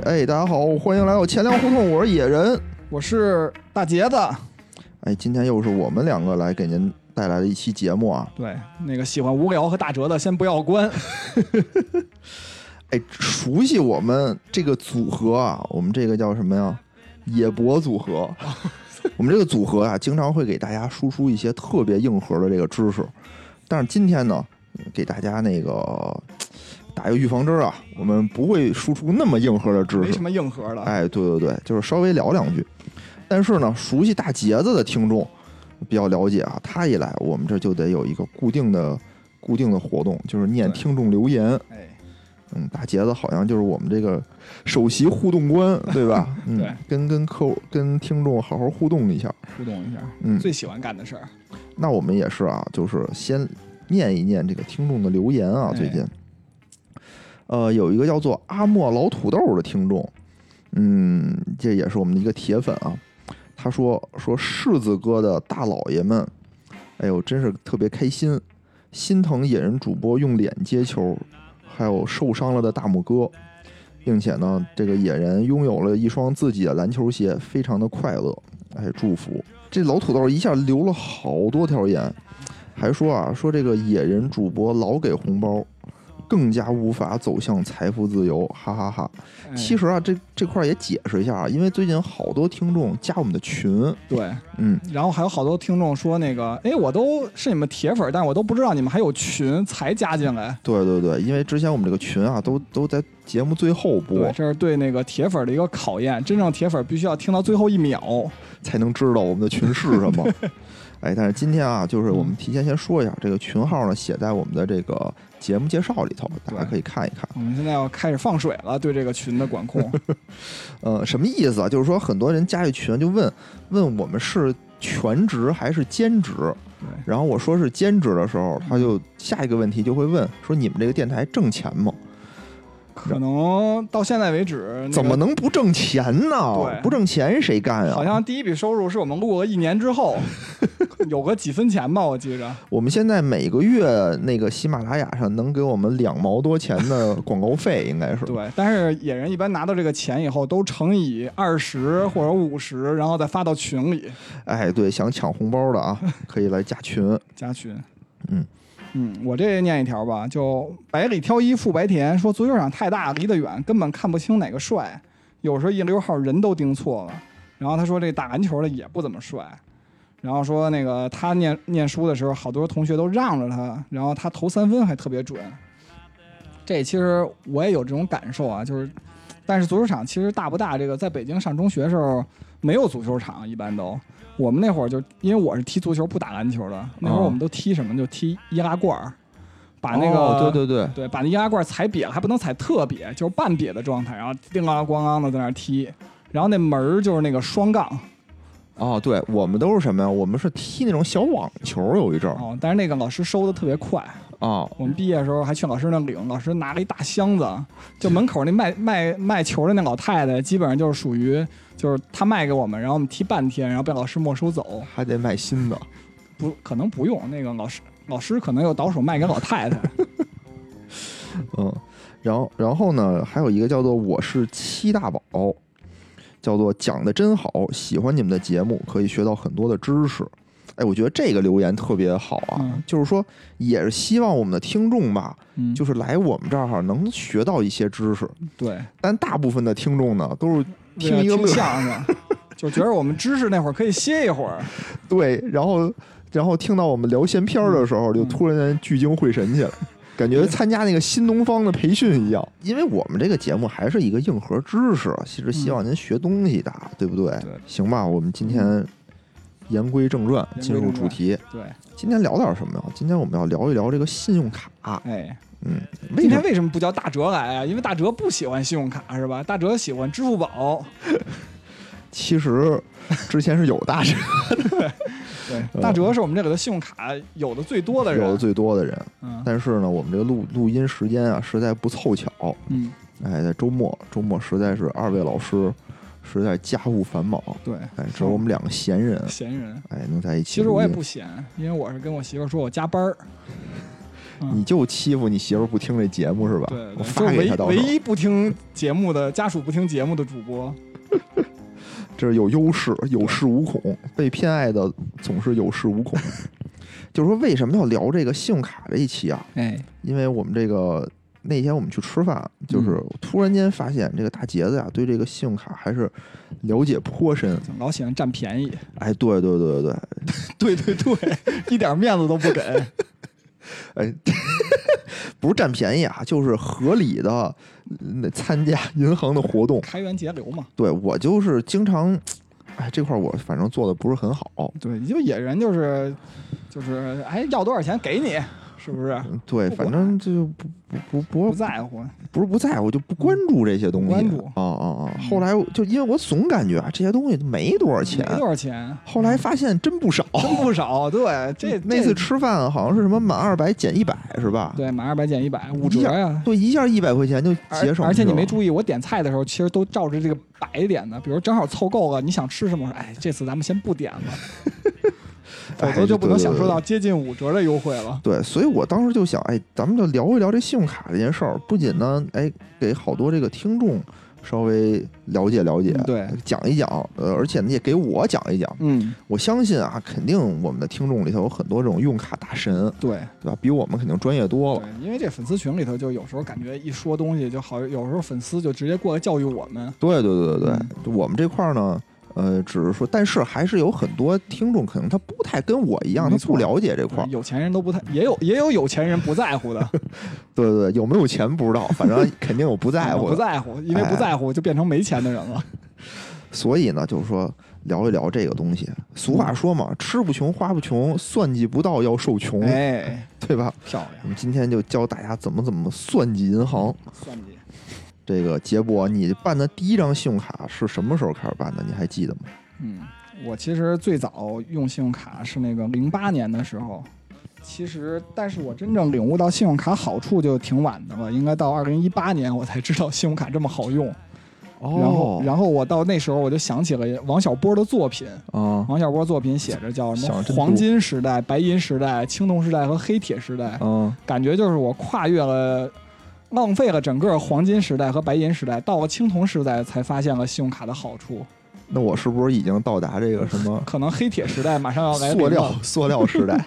大家好，欢迎来到钱粮胡同，我是野人， 我是大杰子。 今天又是我们两个来给您带来的一期节目啊。 对，那个喜欢无聊和大哲的先不要关。 熟悉我们这个组合啊，我们这个叫什么呀？野博组合。我们这个组合啊，经常会给大家输出一些特别硬核的这个知识，但是今天呢，给大家那个打一个预防针啊，我们不会输出那么硬核的知识， 没什么硬核的。 对，就是稍微聊两句。但是呢，熟悉大杰子的听众比较了解啊，他一来，我们这就得有一个固定的活动，就是念听众留言。大杰子好像就是我们这个首席互动官，对吧？ 对， 跟听众好好互动一下， 最喜欢干的事儿。 那我们也是啊，就是先念一念这个听众的留言啊。最近，有一个叫做阿莫老土豆的听众，这也是我们的一个铁粉啊。他说柿子哥的大老爷们，哎呦，真是特别开心，心疼野人主播用脸接球。还有受伤了的大拇哥，并且呢，这个野人拥有了一双自己的篮球鞋，非常的快乐，祝福。这老土豆一下留了好多条言，还说这个野人主播老给红包，更加无法走向财富自由，哈哈哈。其实啊，这块也解释一下啊，因为最近好多听众加我们的群， 对，然后还有好多听众说那个，我都是你们铁粉，但我都不知道你们还有群才加进来。 对，因为之前我们这个群啊，都在节目最后播， 对，这是对那个铁粉的一个考验，真正铁粉必须要听到最后一秒才能知道我们的群是什么。但是今天啊，就是我们提前先说一下，这个群号呢写在我们的这个节目介绍里头，大家可以看一看。 我们现在要开始放水了，对这个群的管控。 什么意思啊？就是说很多人加一群就问我们是全职还是兼职，然后我说是兼职的时候，他就下一个问题就会问说你们这个电台挣钱吗？ 可能到现在为止， 怎么能不挣钱呢？ 对， 不挣钱谁干啊？ 好像第一笔收入是我们录了1年之后，有个几分钱吧，我记着。 我们现在每个月那个喜马拉雅上能给我们2毛多钱的广告费，应该是。 对，但是野人一般拿到这个钱以后，都乘以20或者50，然后再发到群里。 对，想抢红包的啊，可以来加群。 加群。我这念一条吧，就百里挑一傅白田说，足球场太大，离得远，根本看不清哪个帅，有时候1溜号人都盯错了。然后他说这打篮球的也不怎么帅，然后说那个他念书的时候，好多同学都让着他，然后他投3分还特别准。这其实我也有这种感受啊，就是，但是足球场其实大不大，这个在北京上中学的时候没有足球场，一般都。我们那会儿就因为我是踢足球不打篮球的，那会儿我们都踢什么？就踢易拉罐，把那个对，把那易拉罐踩瘪了，还不能踩特瘪，就是半瘪的状态，然后叮当咣当的在那踢，然后那门就是那个双杠。 对，我们都是什么呀？我们是踢那种小网球，有一阵儿。 但是那个老师收的特别快。我们毕业的时候还去老师那领，老师拿了一大箱子，就门口那卖球的那老太太，基本上就是属于就是他卖给我们，然后我们踢半天，然后被老师没收走。 还得卖新的？ 可能不用，那个老师可能又倒手卖给老太太。 然后呢，还有一个叫做我是七大宝，叫做讲的真好，喜欢你们的节目，可以学到很多的知识。我觉得这个留言特别好啊，就是说也是希望我们的听众吧，就是来我们这儿能学到一些知识。 对， 但大部分的听众呢，都是听一个乐相声，就觉得我们知识那会儿可以歇一会儿。 对，然后听到我们聊闲篇的时候，就突然间聚精会神起来。感觉参加那个新东方的培训一样，因为我们这个节目还是一个硬核知识，其实希望您学东西的，对不对？行吧，我们今天言归正传，进入主题。 对， 今天聊点什么呀？今天我们要聊一聊这个信用卡。 今天为什么不叫大哲来啊？因为大哲不喜欢信用卡是吧？大哲喜欢支付宝。 其实之前是有大哲的。对，大哲是我们这里的信用卡有的最多的人， 但是呢，我们这个录音时间啊，实在不凑巧。在周末实在是2位老师实在家务繁忙。 对， 只有我们2个闲人，能在一起。 其实我也不闲，因为我是跟我媳妇说我加班儿。 你就欺负你媳妇不听这节目是吧？ 对， 我发给他到唯一不听节目的家属不听节目的主播， 这是有优势，有恃无恐，被偏爱的总是有恃无恐。就是说，为什么要聊这个信用卡这一期啊？因为我们这个那天我们去吃饭，就是突然间发现这个大杰子呀，对这个信用卡还是了解颇深， 老喜欢占便宜。 哎，对， 一点面子都不给。 哎，不是占便宜啊，就是合理的参加银行的活动， 开源节流嘛。对， 我就是经常，哎，这块我反正做的不是很好。 对，你就野人就是哎，要多少钱给你，是不是？ 对，反正就不在乎， 不是不在乎，就不关注这些东西。 关注后来就因为我总感觉啊，这些东西没多少钱，后来发现真不少， 对， 那次吃饭好像是什么满200减100是吧？ 对，满200减150，5折呀。 对，一下100块钱就节省。 而且你没注意，我点菜的时候其实都照着这个白点的，比如正好凑够了，你想吃什么？我说哎，这次咱们先不点了。否则就不能享受到接近5折的优惠了。 对，所以我当时就想，哎，咱们就聊一聊这信用卡这件事儿。不仅呢，哎，给好多这个听众稍微了解了解， 对， 讲一讲，而且呢也给我讲一讲。我相信啊，肯定我们的听众里头有很多这种用卡大神， 对吧？比我们肯定专业多了。 对，因为这粉丝群里头就有时候感觉一说东西就好，有时候粉丝就直接过来教育我们。 对，我们这块呢。只是说，但是还是有很多听众可能他不太跟我一样，他不了解这块。 有钱人都不太，也有有钱人不在乎的。 对，有没有钱不知道，反正肯定有不在乎。 不在乎，因为不在乎就变成没钱的人了。 所以呢，就是说聊一聊这个东西。俗话说嘛，吃不穷，花不穷，算计不到要受穷， 哎， 对吧？ 漂亮。 我们今天就教大家怎么算计银行。 算计。 这个杰博，你办的第一张信用卡是什么时候开始办的？你还记得吗？ 我其实最早用信用卡是那个08年的时候，但是我真正领悟到信用卡好处就挺晚的了，应该到2018年我才知道信用卡这么好用。然后我到那时候我就想起了王小波的作品王小波作品写着叫什么黄金时代、白银时代、青铜时代和黑铁时代，感觉就是我跨越了。浪费了整个黄金时代和白银时代，到了青铜时代才发现了信用卡的好处。 那我是不是已经到达这个什么？ 可能黑铁时代马上要来塑料时代。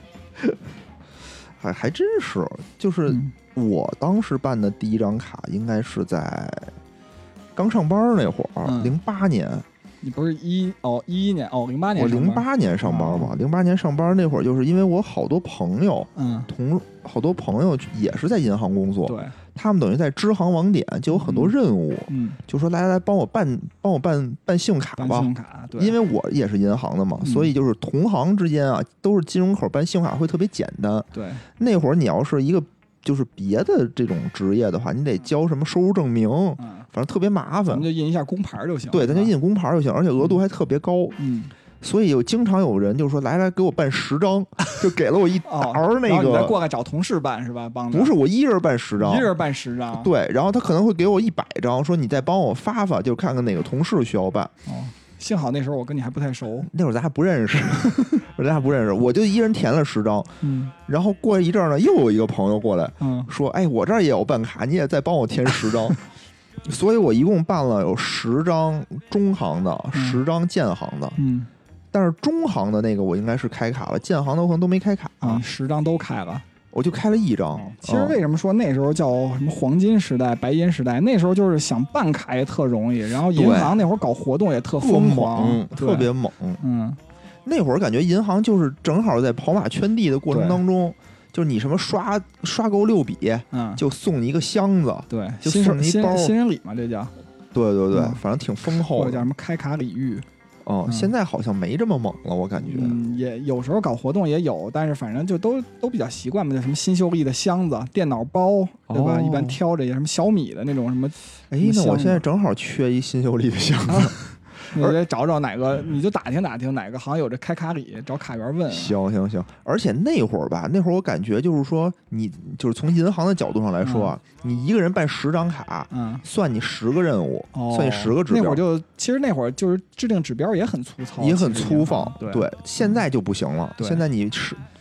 还真是，就是我当时办的第一张卡，应该是在刚上班那会儿，08年。 你不是11年08年我08年上班嘛，08年上班那会儿，就是因为我好多朋友，好多朋友也是在银行工作， 对， 他们等于在支行网点就有很多任务，就说来帮我办信用卡吧， 信用卡，对， 因为我也是银行的嘛，所以就是同行之间啊，都是金融口办信用卡会特别简单， 对， 那会儿你要是一个就是别的这种职业的话，你得交什么收入证明，反正特别麻烦。 咱们就印一下工牌就行。 对，咱就印工牌就行，而且额度还特别高。所以经常有人就说来给我办10张，就给了我一沓那个。 你再过来找同事办是吧？ 不是我一人办10张， 一人办10张。 对，然后他可能会给我100张，说你再帮我发，就看看哪个同事需要办。 幸好那时候我跟你还不太熟， 那会儿咱还不认识，我就一人填了10张，然后过一阵呢，又有一个朋友过来，说，哎，我这儿也有办卡，你也再帮我填10张，所以我一共办了有10张中行的，10张建行的，但是中行的那个我应该是开卡了，建行的我可能都没开卡 ，10张都开了。 我就开了1张。 其实为什么说那时候叫什么黄金时代、白银时代？那时候就是想办卡也特容易，然后银行那会儿搞活动也特疯狂， 特别猛。那会儿感觉银行就是正好在跑马圈地的过程当中，就是你什么刷够6笔，就送你一个箱子， 对， 就送你一包新人礼嘛，这叫。 对，反正挺丰厚的。 或者叫什么开卡礼遇。 现在好像没这么猛了，我感觉。 也有时候搞活动也有，但是反正就都比较习惯嘛，就什么新秀丽的箱子、电脑包，对吧？一般挑这些什么小米的那种什么。 哎，那我现在正好缺一新秀丽的箱子。 你得找哪个，你就打听哪个行有这开卡礼，找卡员问。 行。而且那会儿我感觉就是说，你就是从银行的角度上来说啊，你一个人办10张卡，算你10个任务，算你10个指标。 其实那会儿就是制定指标也很粗糙， 也很粗放。对，现在就不行了。现在你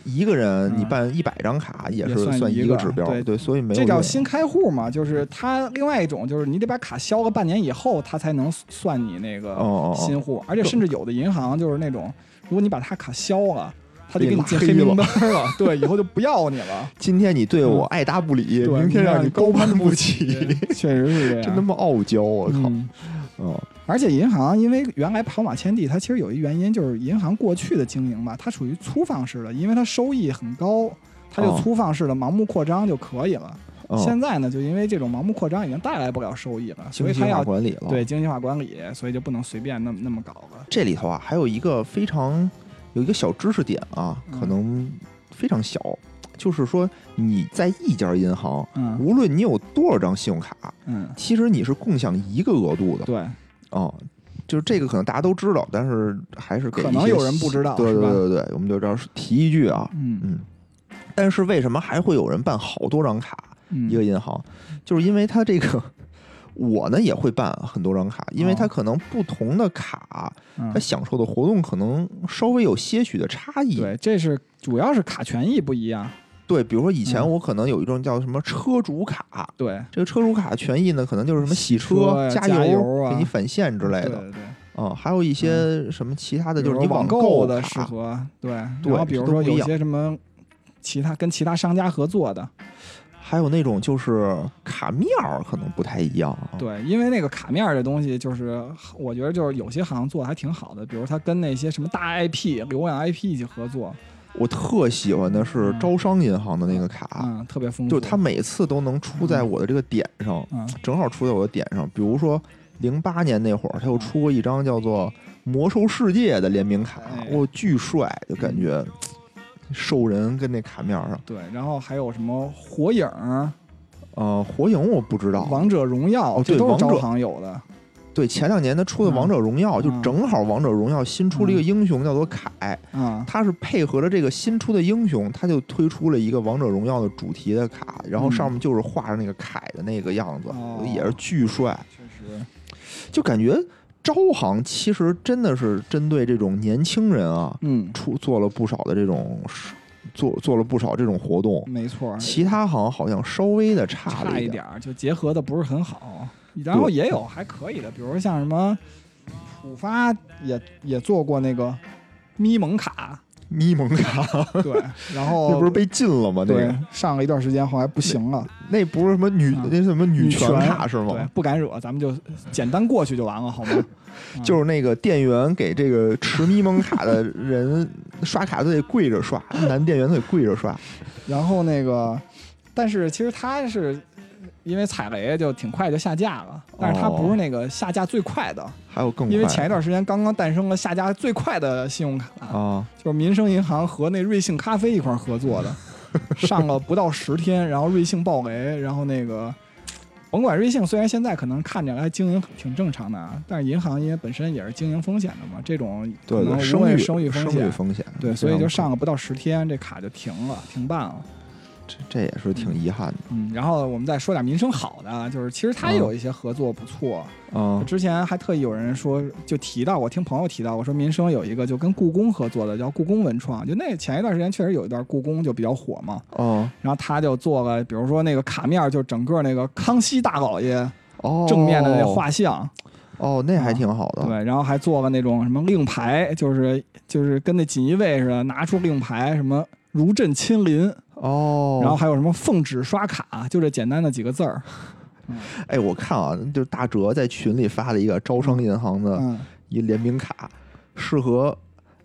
一个人你办100张卡也是算一个指标，对，所以没有这叫新开户嘛，就是它另外一种就是你得把卡消了半年以后，它才能算你那个新户，而且甚至有的银行就是那种，如果你把它卡消了。他就给你进黑名单了，对，以后就不要你了。 今天你对我爱答不理，明天让你高攀不起， 确实是这样， 真他妈傲娇，我靠！ 而且银行因为原来跑马签地，它其实有一原因，就是银行过去的经营吧，它属于粗放式的，因为它收益很高，它就粗放式的盲目扩张就可以了。现在呢，就因为这种盲目扩张已经带来不了收益了，所以它要管理了， 对经济化管理，所以就不能随便那么搞了。 这里头啊，还有一个有一个小知识点啊，可能非常小，就是说你在一家银行，无论你有多少张信用卡，其实你是共享一个额度的。 对， 就是这个可能大家都知道，但是还是给可能有人不知道。 对，我们就这样提一句啊，但是为什么还会有人办好多张卡？一个银行，就是因为它这个。我呢也会办很多张卡，因为它可能不同的卡，它享受的活动可能稍微有些许的差异。 对，这是主要是卡权益不一样。 对，比如说以前我可能有一种叫什么车主卡， 对， 这个车主卡权益呢，可能就是什么洗车、加油给你返现之类的。 对， 还有一些什么其他的，就是你网购的适合。对，然后比如说有些什么跟其他商家合作的。 还有那种就是卡面可能不太一样， 对，因为那个卡面这东西，就是我觉得就是有些行做的还挺好的，比如他跟那些什么大 IP、流量 IP 一起合作。 我特喜欢的是招商银行的那个卡， 特别丰富， 就是它每次都能出在我的这个点上，正好出在我的点上。比如说08年那会儿，他又出过一张叫做魔兽世界的联名卡，巨帅，就感觉。兽人跟那卡面上， 对，然后还有什么火影？ 火影我不知道。 王者荣耀，这都是招行有的。 对，前2年他出的王者荣耀，就正好王者荣耀新出了一个英雄叫做凯，他是配合了这个新出的英雄，他就推出了一个王者荣耀的主题的卡，然后上面就是画着那个凯的那个样子，也是巨帅。 确实， 就感觉。招行其实真的是针对这种年轻人啊，做了不少的这种做了不少这种活动， 没错。 其他行好像稍微的差一点，就结合的不是很好。然后也有还可以的，比如像什么浦发也做过那个咪蒙卡。对，然后那不是被禁了吗？ 对，上了一段时间，后来不行了。 那不是什么那什么女权卡是吗？ 对，不敢惹，咱们就简单过去就完了，好吗？ 就是那个店员给这个持咪蒙卡的人刷卡都得跪着刷，男店员都得跪着刷。 然后那个，但是其实他是因为踩雷就挺快就下架了，但是他不是那个下架最快的。 还有更快， 因为前一段时间刚刚诞生了下架最快的信用卡就是民生银行和那瑞幸咖啡一块合作的，上了不到10天，然后瑞幸爆雷，然后那个甭管瑞幸虽然现在可能看起来经营挺正常的但是银行因为本身也是经营风险的嘛，这种可能无论声誉风险， 对，所以就上了不到10天，这卡就停办了。 这也是挺遗憾的。 然后我们再说点民生好的，就是其实它有一些合作不错。之前还特意有人说，就提到我听朋友提到，我说民生有一个就跟故宫合作的，叫故宫文创。就那前一段时间确实有一段故宫就比较火嘛。然后他就做了，比如说那个卡面，就整个那个康熙大老爷正面的那画像。 那还挺好的。 对，然后还做了那种什么令牌，就是跟那锦衣卫似的，拿出令牌什么如朕亲临。然后还有什么奉旨刷卡，就这简单的几个字儿。 我看啊，就是大哲在群里发了一个招商银行的一联名卡，是和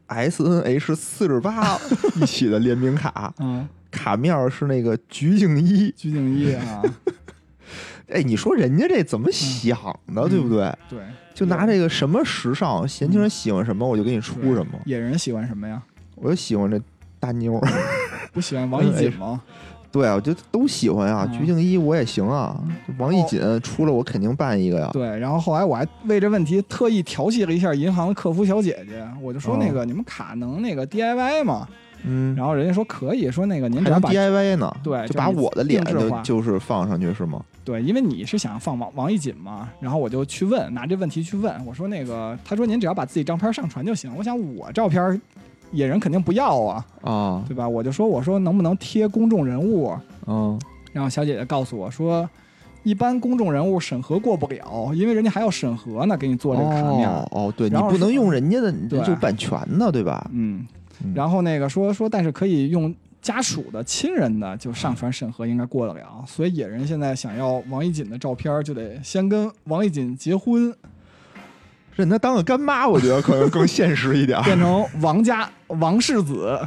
SNH48 一起的联名卡。卡面是那个鞠婧祎啊。 你说人家这怎么想的，对不对？ 对， 就拿这个什么时尚，年轻人喜欢什么，我就给你出什么。 野人喜欢什么呀？ 我就喜欢这大妞。 不喜欢王一瑾吗？ 对啊，我就都喜欢啊。鞠婧祎我也行啊，王一瑾出了我肯定办一个呀。 对，然后后来我还为这问题特意调戏了一下银行的客服小姐姐，我就说那个你们卡能那个 DIY 吗？然后人家说可以，说那个您只要把 DIY 呢， 对， 就把我的脸就是放上去是吗？ 对，因为你是想放王一瑾嘛，然后我就去问，拿这问题去问，我说那个，他说您只要把自己照片上传就行。我想我照片野人肯定不要啊，对吧？我说能不能贴公众人物？然后小姐姐告诉我说，一般公众人物审核过不了，因为人家还要审核呢，给你做这个卡面。 对，你不能用人家的就版权的，对吧？ 然后那个说，但是可以用家属的、亲人的就上传审核，应该过得了。所以野人现在想要王一锦的照片，就得先跟王一锦结婚， 认她当个干妈，我觉得可能更现实一点， 变成王世子。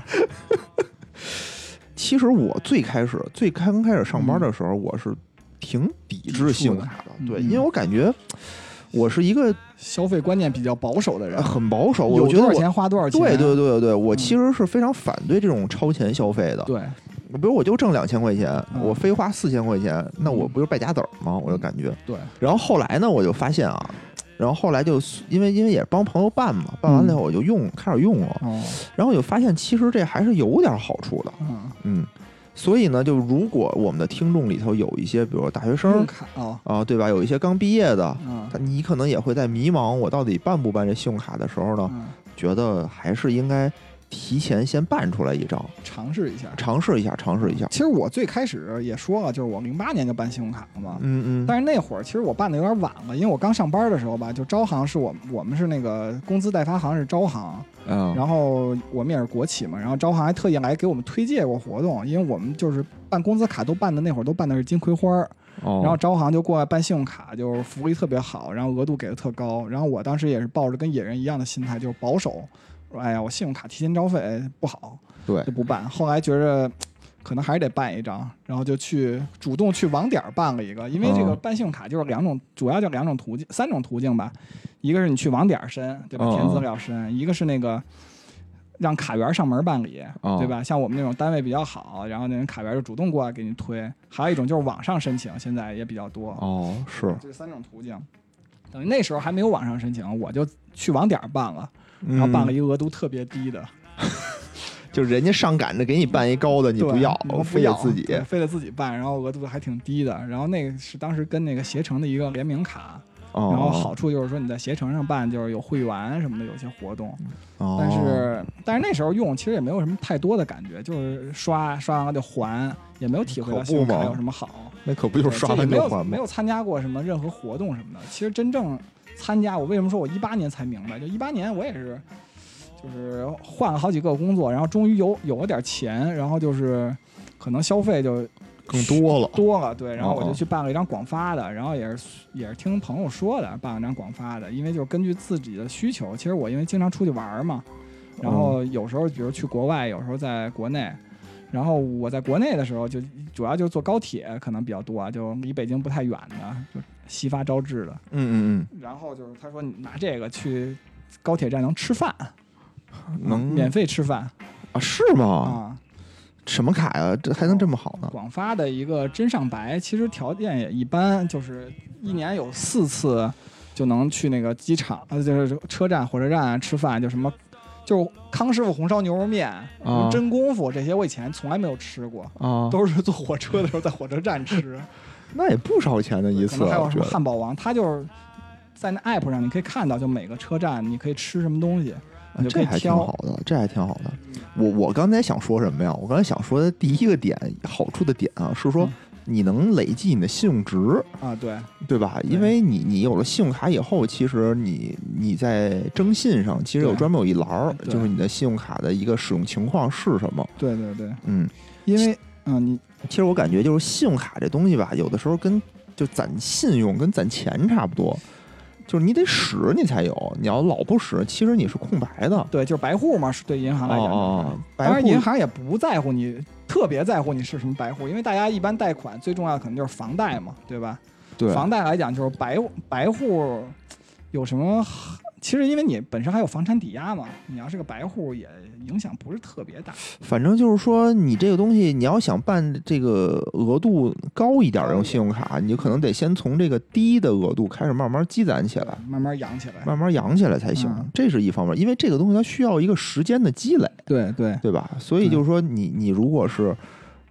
其实我刚开始上班的时候，我是挺抵制信用卡的，对，因为我感觉我是一个消费观念比较保守的人， 很保守。 有多少钱花多少钱。 对，我其实是非常反对这种超前消费的。 对， 比如我就挣2000块钱，我非花4000块钱，那我不就败家子儿吗？我就感觉。 对。 然后后来呢，我就发现然后后来就因为也帮朋友办嘛，办完了以后我就开始用了，然后我就发现其实这还是有点好处的。所以呢，就如果我们的听众里头有一些，比如说大学生对吧？有一些刚毕业的，你可能也会在迷茫，我到底办不办这信用卡的时候呢，觉得还是应该提前先办出来一张， 尝试一下。 其实我最开始也说了，就是我08年就办信用卡了嘛，但是那会儿其实我办的有点晚了，因为我刚上班的时候吧，就招行是我们是那个工资代发行是招行，然后我们也是国企嘛，然后招行还特意来给我们推介过活动，因为我们就是办工资卡都办的那会儿都办的是金葵花，然后招行就过来办信用卡，就是福利特别好，然后额度给的特高，然后我当时也是抱着跟野人一样的心态，就是保守。哎呀，我信用卡提前交费不好， 对， 就不办。后来觉着可能还是得办一张，然后就主动去网点办了一个，因为这个办信用卡就是主要就2种途径，3种途径吧。一个是你去网点申，对吧？填资料申；一个是那个让卡员上门办理，对吧？像我们那种单位比较好，然后那人卡员就主动过来给你推。还有一种就是网上申请，现在也比较多。 是这3种途径。等于那时候还没有网上申请，我就去网点办了。然后办了一个额度特别低的， 就人家上赶着给你办一高的，你不要，非得自己办，然后额度还挺低的。然后那个是当时跟那个携程的一个联名卡，然后好处就是说你在携程上办就是有会员什么的，有些活动。但是那时候用其实也没有什么太多的感觉，就是刷完了就还，也没有体会到信用卡有什么好。 那可不就是刷完就还吗？ 没有参加过什么任何活动什么的。其实真正参加，我为什么说我18年才明白？就18年我也是，就是换了好几个工作，然后终于有了点钱，然后就是可能消费就更多了， 对，然后我就去办了一张广发的，然后也是听朋友说的，办了张广发的，因为就是根据自己的需求。其实我因为经常出去玩嘛，然后有时候比如去国外，有时候在国内。然后我在国内的时候，就主要就坐高铁可能比较多，就离北京不太远的，就西发招致的。然后就是他说你拿这个去高铁站能吃饭，能免费吃饭是吗？什么卡呀？这还能这么好呢？ 广发的一个真上白，其实条件也一般，就是1年有4次就能去那个机场，就是车站、火车站吃饭，就什么。就康师傅红烧牛肉面、真功夫这些，我以前从来没有吃过，都是坐火车的时候在火车站吃。 那也不少钱的一次。 还有什么汉堡王，它就是在那 app 上你可以看到，就每个车站你可以吃什么东西，你就可以挑。 这还挺好的。我刚才想说什么呀？我刚才想说的第一个点，好处的点是说。你能累积你的信用值对吧？因为你有了信用卡以后，其实你在征信上其实有专门有一栏，就是你的信用卡的一个使用情况是什么。 对，因为其实我感觉就是信用卡这东西吧，有的时候就攒信用跟攒钱差不多。就是你得使你才有，你要老不使，其实你是空白的。 对，就是白户嘛，是对银行来讲。当然，银行也不在乎你，特别在乎你是什么白户，因为大家一般贷款最重要的可能就是房贷嘛，对吧？ 对， 房贷来讲就是白户有什么？其实因为你本身还有房产抵押嘛，你要是个白户也影响不是特别大。 反正就是说，你这个东西你要想办这个额度高一点的用信用卡，你就可能得先从这个低的额度开始慢慢积攒起来， 慢慢养起来才行。这是一方面，因为这个东西它需要一个时间的积累。 对吧？ 所以就是说你如果是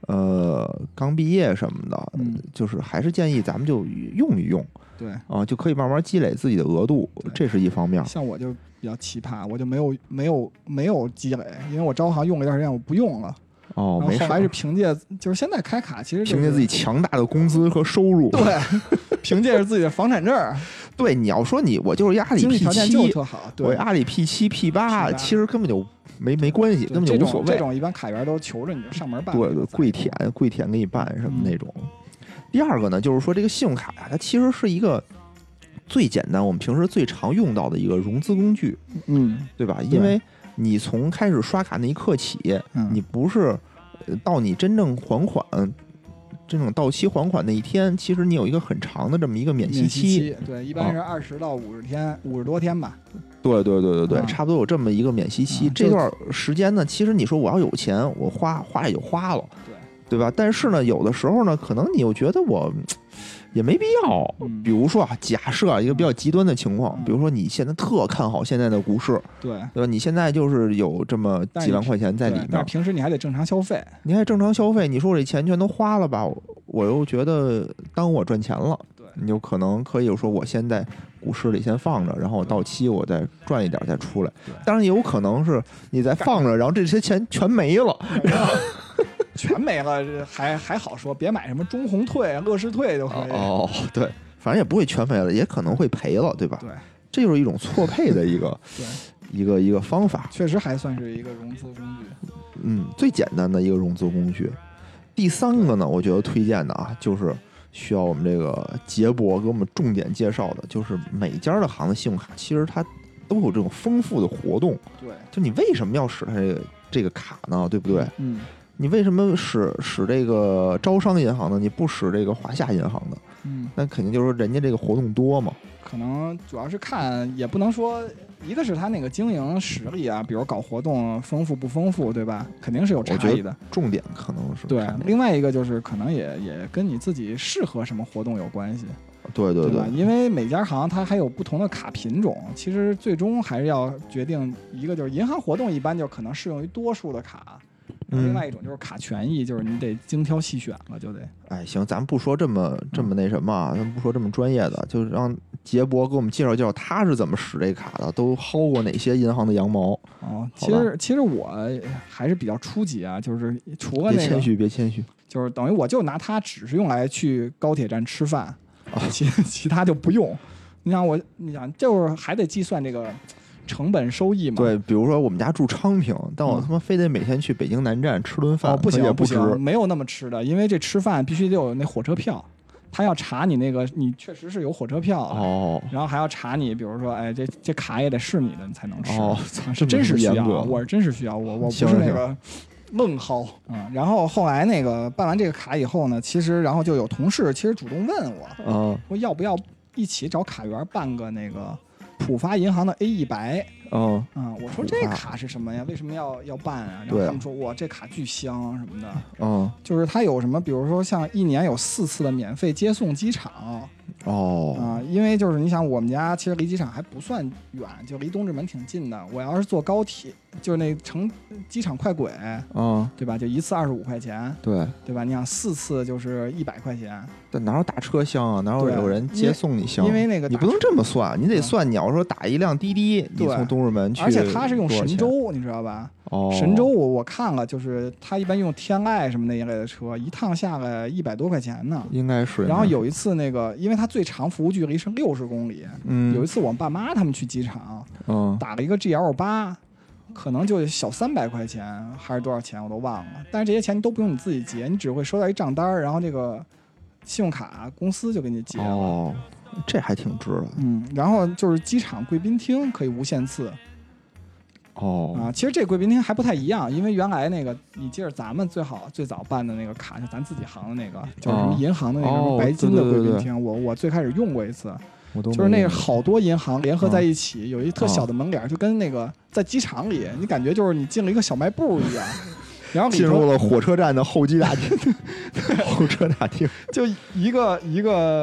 刚毕业什么的，就是还是建议咱们就用一用， 对啊，就可以慢慢积累自己的额度，这是一方面。 像我就比较奇葩，我就没有积累，因为我招行用了一段时间，我不用了。 哦，没事。 后来是凭借，就是现在开卡其实、 凭借自己强大的工资和收入， 对，凭借着自己的房产证。 对，你要说我就是阿里 P7， 特好， 我阿里 P7、P8，其实根本就没关系，根本就无所谓。 这种一般卡员都求着你就上门办。 对，跪舔给你办什么那种。第二个呢，就是说这个信用卡呀，它其实是一个最简单，我们平时最常用到的一个融资工具，对吧？因为你从开始刷卡那一刻起，你不是到你真正还款。这种到期还款那一天，其实你有一个很长的这么一个免息期， 对，一般是20到50天，50多天吧。 对，差不多有这么一个免息期。这段时间呢，其实你说我要有钱，我花也就花了，对吧？但是呢，有的时候呢，可能你又觉得我也没必要。比如说假设一个比较极端的情况，比如说你现在特看好现在的股市，对吧？你现在就是有这么几万块钱在里面， 但是平时你还得正常消费， 你说我这钱全都花了吧，我又觉得耽误我赚钱了，你就可能可以说我先在股市里先放着，然后我到期我再赚一点再出来。当然也有可能是你再放着，然后这些钱全没了。 全没了，还好说，别买什么中红退、乐视退就可以。 哦，对，反正也不会全没了，也可能会赔了，对吧？ 对， 这就是一种错配的一个一个方法， 确实还算是一个融资工具。 最简单的一个融资工具。第三个呢，我觉得推荐的啊，就是需要我们这个杰博给我们重点介绍的，就是每家的行的信用卡其实它都有这种丰富的活动。 对， 就你为什么要使它这个卡呢？对不对？你为什么使这个招商银行呢？你不使这个华夏银行的？那肯定就是说人家这个活动多嘛。 可能主要是看，也不能说一个是他那个经营实力啊，比如搞活动丰富不丰富，对吧？肯定是有差异的。 重点可能是对，另外一个就是可能也跟你自己适合什么活动有关系。 对， 因为每家行它还有不同的卡品种，其实最终还是要决定一个，就是银行活动一般就可能适用于多数的卡。另外一种就是卡权益，就是你得精挑细选了，就得。 行，咱们不说这么那什么啊，咱们不说这么专业的，就是让杰博给我们介绍介绍他是怎么使这卡的，都薅过哪些银行的羊毛。 其实我还是比较初级啊，就是除了那个别谦虚， 就是等于我就拿它只是用来去高铁站吃饭，其他就不用。你想就是还得计算这个成本收益嘛。 对，比如说我们家住昌平，但我他妈非得每天去北京南站吃顿饭， 不行，没有那么吃的，因为这吃饭必须得有那火车票，他要查你那个你确实是有火车票然后还要查你，比如说这卡也得是你的，你才能吃。是真是需要，我是真是需要，我不是那个愣薅。然后后来那个办完这个卡以后呢，其实然后就有同事其实主动问我，说要不要一起找卡员办个那个浦发银行的 A100。我说这卡是什么呀？为什么要办啊？然后他们说哇，这卡巨香什么的。就是它有什么，比如说像一年有4次的免费接送机场。因为就是你想，我们家其实离机场还不算远，就离东直门挺近的。我要是坐高铁，就是那乘机场快轨，对吧？就一次25块钱，对吧？你想4次就是100块钱。 但哪有打车香啊？哪有人接送你香？ 因为那个你不能这么算，你得算。你要说打一辆滴滴，你从东直门去， 而且它是用神州，你知道吧？神州我看了，就是他一般用天籁什么那一类的车，一趟下来100多块钱呢， 应该是。 然后有一次那个，因为它最长服务距离是60公里，有一次我们爸妈他们去机场，打了一个 GL8，可能就小300块钱还是多少钱我都忘了，但是这些钱都不用你自己结，你只会收到一账单，然后这个信用卡公司就给你结了。 这还挺值的。 然后就是机场贵宾厅可以无限次。其实这贵宾厅还不太一样，因为原来那个你记着咱们最早办的那个卡，就咱自己行的那个，就是什么银行的那个白金的贵宾厅，我最开始用过一次，就是那个好多银行联合在一起，有一特小的门脸，就跟那个在机场里，你感觉就是你进了一个小卖部一样。然后进入了火车站的候机大厅，候车大厅就一个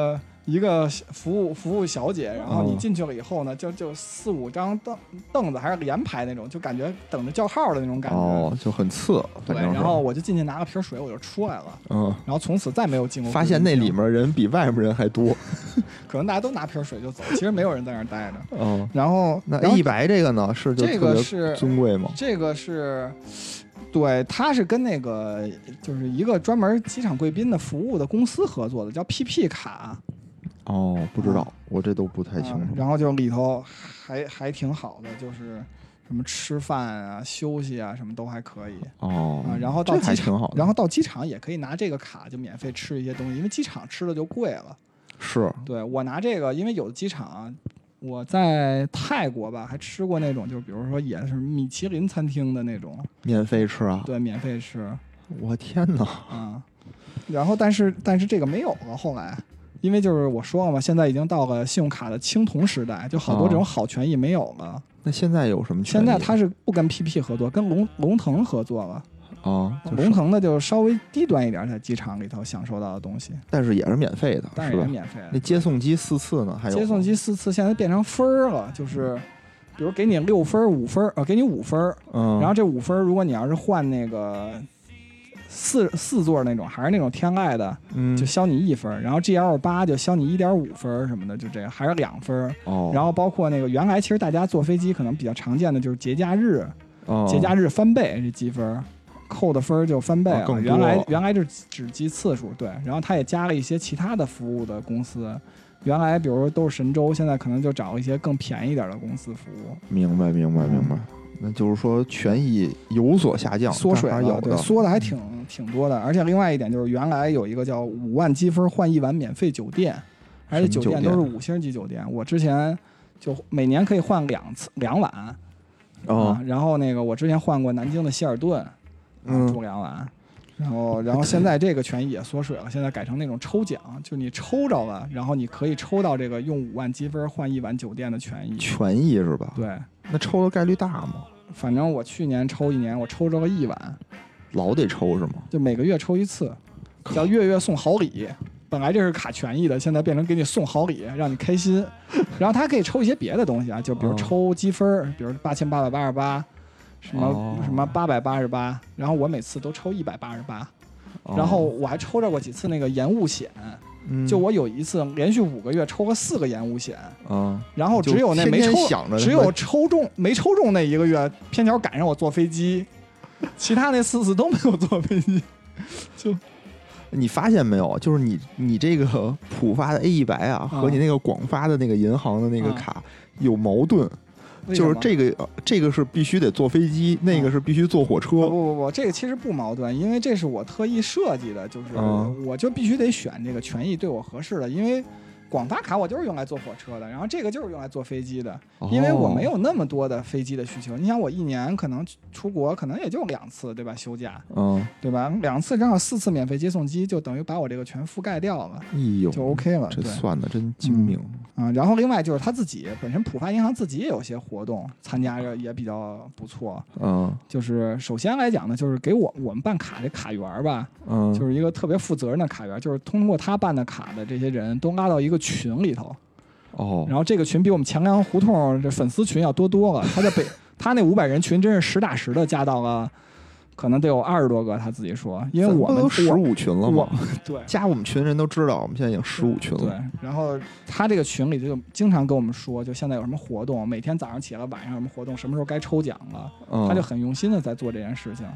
一个服务小姐，然后你进去了以后呢，就4、5张凳子，还是连排那种，就感觉等着叫号的那种感觉。 哦，就很次。 对，然后我就进去拿个瓶水，我就出来了。然后从此再没有进过。 发现那里面人比外面人还多， 可能大家都拿瓶水就走，其实没有人在那儿待着。然后那 A100这个呢，是就这个是尊贵吗？ 这个是。对，它是跟那个就是一个专门机场贵宾的服务的公司合作的，叫 PP 卡。 哦，不知道，我这都不太清楚。 然后就里头还挺好的，就是什么吃饭啊、休息啊，什么都还可以。然后到机场，然后到机场也可以拿这个卡就免费吃一些东西，因为机场吃的就贵了。 是， 对，我拿这个，因为有的机场我在泰国吧，还吃过那种，就比如说也是米其林餐厅的那种， 免费吃啊？ 对，免费吃。 我天哪！ 然后但是这个没有了，后来，因为就是我说了嘛，现在已经到了信用卡的青铜时代，就好多这种好权益没有了。 那现在有什么权益？ 现在它是不跟 PP 合作，跟龙腾合作了。 龙腾的就稍微低端一点，在机场里头享受到的东西， 但是也是免费的， 但是也免费的。 那接送机4次呢？还有接送机4次，现在变成分了，就是比如给你6分、5分，给你5分，然后这5分，如果你要是换那个四座那种，还是那种天籁的，就消你1分，然后 GL8 就消你1.5分什么的，就这样，还是2分。然后包括那个原来其实大家坐飞机可能比较常见的就是节假日，节假日翻倍这积分。扣的分就翻倍了，原来就只计次数，对，然后他也加了一些其他的服务的公司，原来比如说都是神州，现在可能就找一些更便宜点的公司服务。 明白。那就是说权益有所下降， 缩水了，对，缩的还挺多的。而且另外一点就是原来有一个叫5万积分换1晚免费酒店，而且酒店都是5星级酒店，我之前就每年可以换2晚，然后那个我之前换过南京的希尔顿。住2晚，然后现在这个权益也缩水了，现在改成那种抽奖，就你抽着了，然后你可以抽到这个用5万积分换1晚酒店的权益是吧？ 对， 那抽的概率大吗？ 反正我去年抽1年，我抽着了1晚， 老得抽是吗？ 就每个月抽1次，叫月送好礼。本来这是卡权益的，现在变成给你送好礼，让你开心。然后他可以抽一些别的东西啊，就比如抽积分，比如8888。什么888，然后我每次都抽188，然后我还抽着过几次那个延误险，就我有一次连续5个月抽了4个延误险，然后只有那没抽，只有没抽中那1个月，偏巧赶上我坐飞机，其他那4次都没有坐飞机。就你发现没有，就是你这个浦发的 A100啊，和你那个广发的那个银行的那个卡有矛盾。就是这个是必须得坐飞机，那个是必须坐火车。 不，这个其实不矛盾，因为这是我特意设计的，就是我就必须得选这个权益对我合适的，因为广发卡我就是用来坐火车的，然后这个就是用来坐飞机的，因为我没有那么多的飞机的需求。你想我1年可能出国可能也就2次，对吧？休假，对吧？2次正好4次免费接送机，就等于把我这个全覆盖掉了，就 OK 了。 这算的真精明。 然后另外就是他自己本身浦发银行自己也有些活动，参加着也比较不错。就是首先来讲呢，就是给我们办卡这卡员吧，就是一个特别负责任的卡员，就是通过他办的卡的这些人都拉到一个群里头。然后这个群比我们强梁胡同这粉丝群要多了。他那500人群真是实打实的加到了。可能得有20多个，他自己说，因为我们都15群了嘛。 对， 加我们群人都知道，我们现在已经15群了。 对，然后他这个群里就经常跟我们说，就现在有什么活动，每天早上起来、晚上有什么活动，什么时候该抽奖了，他就很用心的在做这件事情。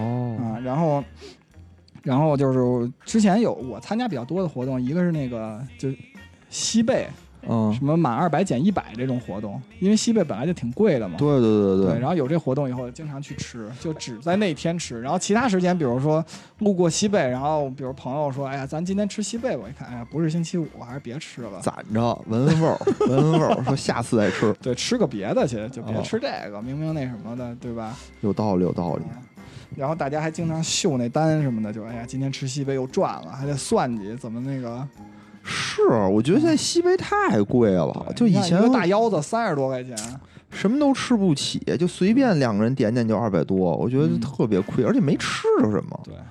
然后就是之前我参加比较多的活动，一个是那个就西贝。什么满200减100这种活动，因为西贝本来就挺贵的嘛。 对。 然后有这活动以后，经常去吃，就只在那天吃。然后其他时间，比如说路过西贝，然后比如朋友说：“哎呀，咱今天吃西贝。”我一看，哎呀，不是星期5，还是别吃了， 攒着闻闻味儿，说下次再吃。 对，吃个别的去，就别吃这个，明明那什么的，对吧？ 有道理。 然后大家还经常秀那单什么的，就哎呀，今天吃西贝又赚了，还得算计怎么那个。 是，我觉得现在西贝太贵了，就以前一个大腰子30多块钱， 什么都吃不起，就随便2个人点就200多，我觉得特别亏，而且没吃着什么。 对，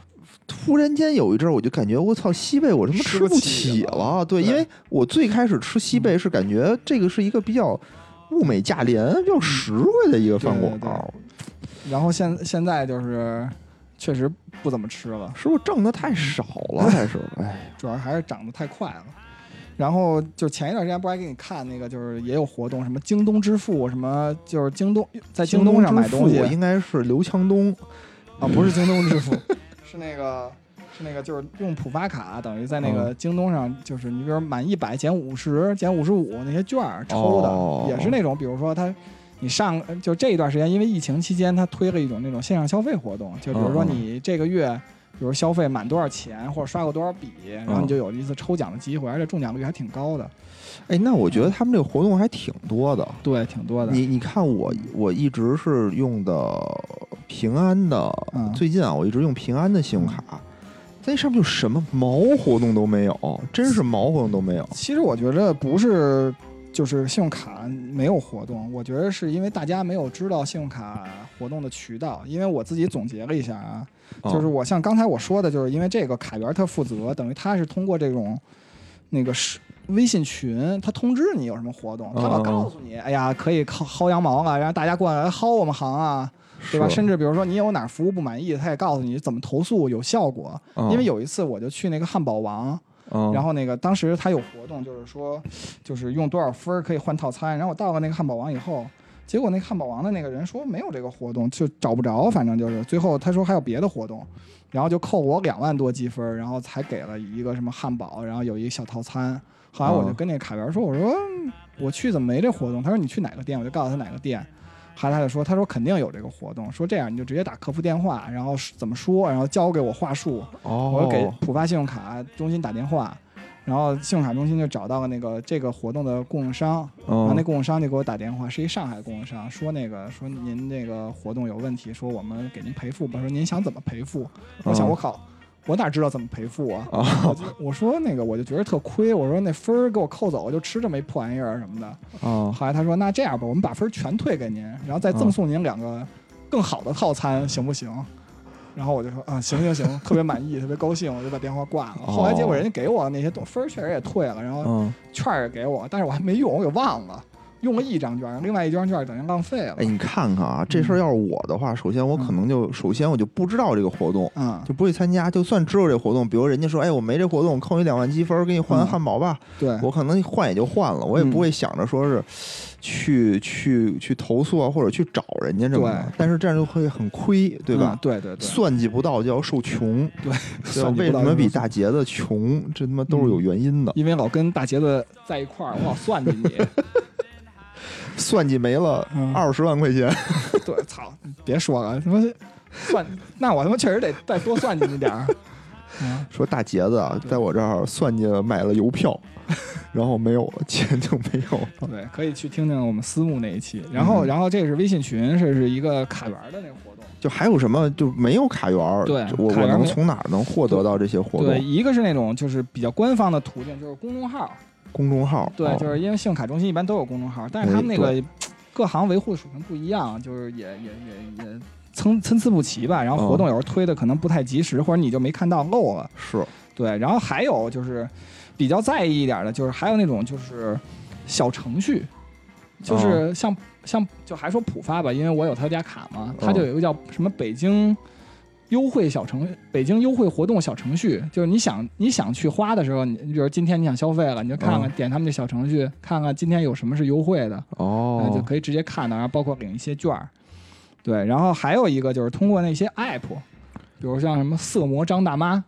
突然间有一阵儿，我就感觉我操，西贝我他妈吃不起了。对，因为我最开始吃西贝是感觉这个是一个比较物美价廉、比较实惠的一个饭馆。 然后现在就是确实不怎么吃了， 是不是挣的太少了还是？哎， 主要还是涨得太快了。然后就前一段时间不还给你看那个，就是也有活动，什么京东支付，什么就是在京东上买东西， 应该是刘强东啊，不是京东支付，是那个就是用浦发卡，等于在那个京东上，就是你比如满100减50减55那些券抽的，也是那种，比如说你就这一段时间，因为疫情期间，他推了一种那种线上消费活动，就比如说你这个月。比如消费满多少钱，或者刷过多少笔，然后你就有一次抽奖的机会，而且中奖率还挺高的。 哎，那我觉得他们这个活动还挺多的。 对，挺多的。 你看我一直是用的平安的，最近啊，我一直用平安的信用卡，在上面就什么毛活动都没有，真是毛活动都没有。 其实我觉得不是。就是信用卡没有活动，我觉得是因为大家没有知道信用卡活动的渠道。因为我自己总结了一下啊，就是我像刚才我说的，就是因为这个卡员特负责，等于他是通过这种那个微信群，他通知你有什么活动，他老告诉你，哎呀，可以薅羊毛了，让大家过来薅我们行啊，对吧？甚至比如说你有哪服务不满意，他也告诉你怎么投诉有效果。因为有一次我就去那个汉堡王。然后那个当时他有活动，就是说，就是用多少分可以换套餐。然后我到了那个汉堡王以后，结果那个汉堡王的那个人说没有这个活动，就找不着，反正就是最后他说还有别的活动，然后就扣我2万多积分，然后才给了一个什么汉堡，然后有一个小套餐。后来我就跟那个卡员说，我说我去怎么没这活动？他说你去哪个店，我就告诉他哪个店。后来他就说，他说肯定有这个活动，说这样你就直接打客服电话，然后怎么说，然后教给我话术，我就给浦发信用卡中心打电话，然后信用卡中心就找到了那个这个活动的供应商，然后那供应商就给我打电话，是一上海供应商，说说您这个活动有问题，说我们给您赔付吧，说您想怎么赔付？我想我靠。我哪知道怎么赔付啊？我说那个我就觉得特亏，我说那分给我扣走，我就吃这么一破玩意儿什么的。后来他说那这样吧，我们把分全退给您，然后再赠送您2个更好的套餐，行不行？然后我就说啊，行，特别满意，特别高兴，我就把电话挂了。后来结果人家给我那些分确实也退了，然后券也给我，但是我还没用，我给忘了。用了1张券，另外1张券等于浪费了。 哎，你看看啊，这事儿要是我的话，首先我可能首先我就不知道这个活动，就不会参加。就算知道这活动，比如人家说，哎，我没这活动，扣你2万积分，给你换汉堡吧。 对， 我可能换也就换了，我也不会想着说是去投诉啊，或者去找人家这么的。但是这样就会很亏，对吧？ 对， 算计不到就要受穷。 对， 为什么比大杰子穷？这他妈都是有原因的。 因为老跟大杰子在一块儿，我老算计你。 算计没了20万块钱。 对，操！别说了，他妈算，那我他妈确实得再多算计你点儿。 说大杰子啊，在我这儿算计买了邮票，然后没有了，钱就没有了。 对，可以去听听我们私募那一期。然后这是微信群，这是一个卡员的那个活动。 就还有什么就没有卡员？ 对， 我能从哪儿能获得到这些活动？ 对，一个是那种就是比较官方的途径，就是公众号。对，就是因为信用卡中心一般都有公众号，但是他们那个各行维护的水平不一样，就是也参差不齐吧。然后活动有时候推的可能不太及时，或者你就没看到漏了。 是， 对。然后还有就是比较在意一点的，就是还有那种就是小程序，就是像就还说浦发吧，因为我有他家卡嘛，他就有一个叫什么北京优惠活动小程序，就是你想去花的时候，你比如今天你想消费了，你就看看点他们的小程序，看看今天有什么是优惠的，就可以直接看到，然后包括领一些券。对，然后还有一个就是通过那些 app， 比如像什么色魔张大妈，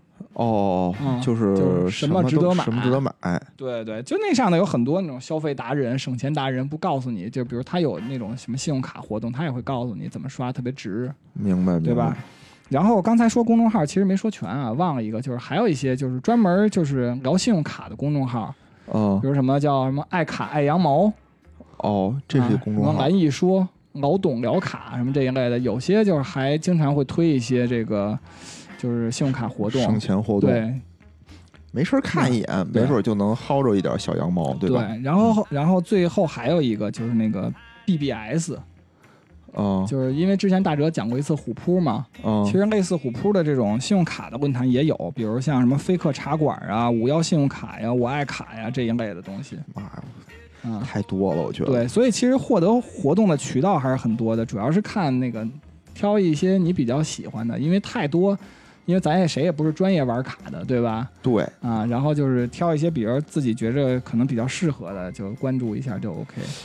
就是什么值得买， 什么值得买。 对，就那上头有很多那种消费达人、省钱达人，不告诉你，就比如他有那种什么信用卡活动，他也会告诉你怎么刷特别值。 明白， 对吧？然后刚才说公众号其实没说全啊，忘了一个，就是还有一些就是专门就是聊信用卡的公众号，比如什么叫什么爱卡爱羊毛， 这是公众号， 什么蓝易说、老董聊卡什么这一类的，有些就是还经常会推一些这个就是信用卡活动、 省钱活动， 对， 没事看一眼，没准就能薅着一点小羊毛，对吧？ 对，然后最后还有一个就是那个 BBS。 就是因为之前大哲讲过一次虎扑嘛，其实类似虎扑的这种信用卡的论坛也有，比如像什么飞客茶馆啊、51信用卡呀、我爱卡呀这一类的东西。 妈呀，太多了，我觉得。 对，所以其实获得活动的渠道还是很多的，主要是看那个挑一些你比较喜欢的，因为太多。因为咱也谁也不是专业玩卡的，对吧？ 对啊，然后就是挑一些，比如自己觉着可能比较适合的，就关注一下就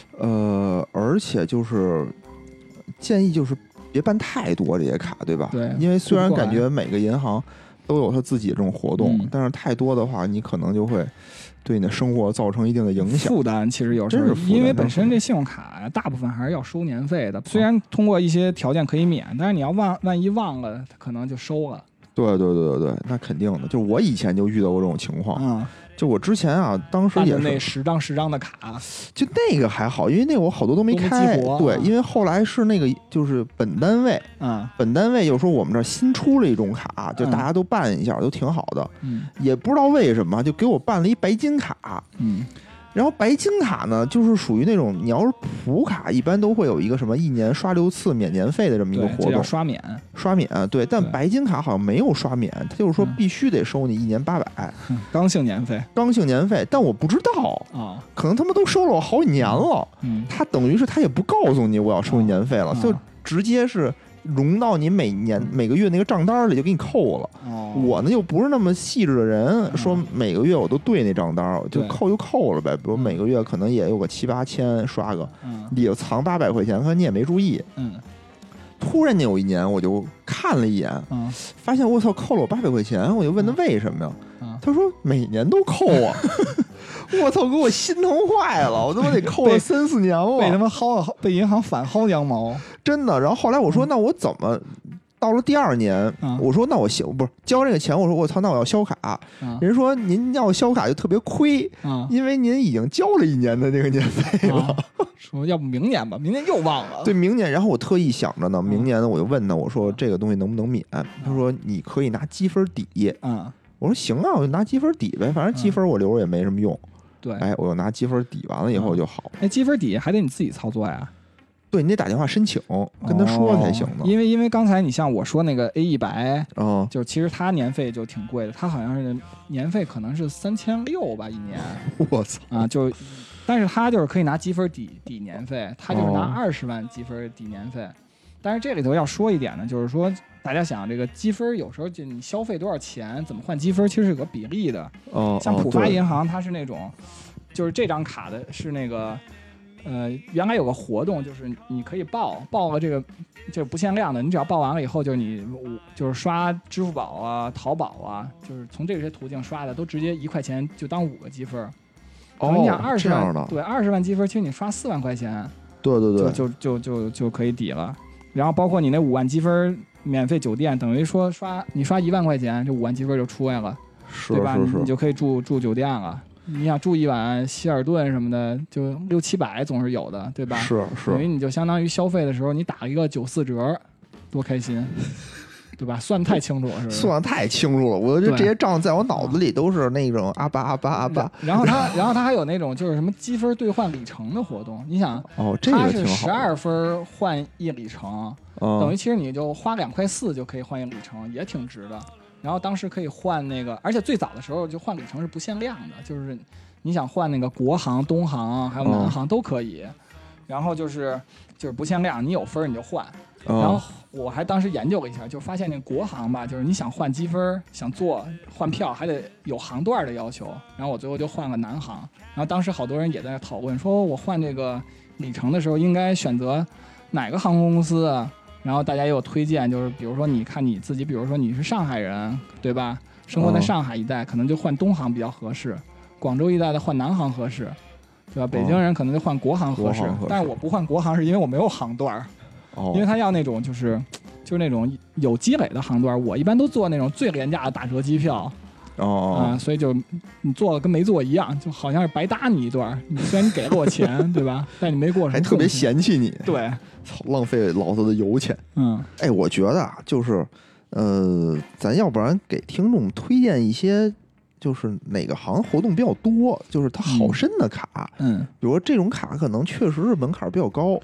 OK。 而且就是建议就是别办太多这些卡，对吧？ 对， 因为虽然感觉每个银行都有他自己这种活动，但是太多的话，你可能就会对你的生活造成一定的影响。 负担其实有时候，因为本身这信用卡大部分还是要收年费的，虽然通过一些条件可以免，但是你要万一忘了，它可能就收了。 对，那肯定的。就我以前就遇到过这种情况，就我之前啊，当时也是那10张的卡， 就那个还好，因为那我好多都没开。对，因为后来是那个就是本单位，本单位又说我们这新出了一种卡，就大家都办一下，都挺好的。也不知道为什么就给我办了一白金卡。然后白金卡呢，就是属于那种你要是普卡，一般都会有一个什么1年刷6次免年费的这么一个活动， 叫刷免。 对，但白金卡好像没有刷免，他就是说必须得收你1年800， 刚性年费。 但我不知道可能他们都收了我好几年了，他等于是他也不告诉你我要收你年费了，就直接是融到你每个月那个账单里就给你扣了。我呢又不是那么细致的人，说每个月我都对那账单，就扣了呗。比如每个月可能也有个7、8千刷个，里头藏800块钱，可能你也没注意。突然间有一年我就看了一眼，发现我操扣了我800块钱，我就问他为什么呀？他说每年都扣啊。我操，给我心疼坏了，我他妈得扣了3、4年了， 被他们被银行反薅羊毛， 真的。然后后来我说，那我怎么到了第2年，我说那我不是交这个钱，我说我操，那我要销卡。人说您要销卡就特别亏，因为您已经交了1年的这个年费了。 说要不明年吧，明年又忘了。 对，明年。然后我特意想着呢，明年呢我就问他，我说这个东西能不能免？他说你可以拿积分抵。我说行啊，我就拿积分抵呗，反正积分我留着也没什么用。 对， 我又拿积分抵完了以后就好。 积分抵还得你自己操作呀。 对，你得打电话申请，跟他说才行呢。 因为刚才你像我说那个 A1白，就其实它年费就挺贵的，它好像是年费可能是3600吧一年。 我操但是它就是可以拿积分抵年费，它就是拿20万积分抵年费。但是这里头要说一点呢，就是说大家想这个积分有时候就你消费多少钱，怎么换积分，其实是有个比例的。像浦发银行它是那种，就是这张卡的是那个。原来有个活动，就是你可以报了这个就是不限量的，你只要报完了以后，就是你就是刷支付宝啊、淘宝啊，就是从这些途径刷的，都直接1块钱就当5个积分。你想20万，对，20万积分，其实你刷4万块钱， 对， 就可以抵了。然后包括你那5万积分免费酒店，等于说你刷1万块钱，这5万积分就出来了，对吧？你就可以住酒店了。你想住一晚希尔顿什么的，就6、700总是有的，对吧？ 是， 等于你就相当于消费的时候，你打一个94折，多开心，对吧？算太清楚了，是不是？ 算太清楚了，我觉得这些账在我脑子里都是那种阿巴。 然后它还有那种就是什么积分兑换里程的活动，你想， 这个它是12分换1里程，等于其实你就花2.4块就可以换1里程，也挺值的。然后当时可以换那个，而且最早的时候就换里程是不限量的，就是你想换那个国航、东航还有南航都可以。然后就是不限量，你有分你就换。然后我还当时研究了一下，就发现那国航吧，就是你想换积分、想换票，还得有航段的要求。然后我最后就换了南航。然后当时好多人也在讨论，说我换这个里程的时候应该选择哪个航空公司啊？然后大家也有推荐，就是比如说你看你自己，比如说你是上海人，对吧？生活在上海一带，可能就换东航比较合适；广州一带的换南航合适，对吧？北京人可能就换国航合适。但是我不换国航，是因为我没有航段，因为他要那种就是那种有积累的航段。我一般都做那种最廉价的打折机票。所以就你做了跟没做一样，就好像是白搭你一段。虽然你给了我钱，对吧？但你没给我什么， 还特别嫌弃你。 对， 操，浪费老子的油钱。我觉得啊，就是咱要不然给听众推荐一些，就是哪个行活动比较多，就是它好申的卡。比如说这种卡可能确实是门槛比较高。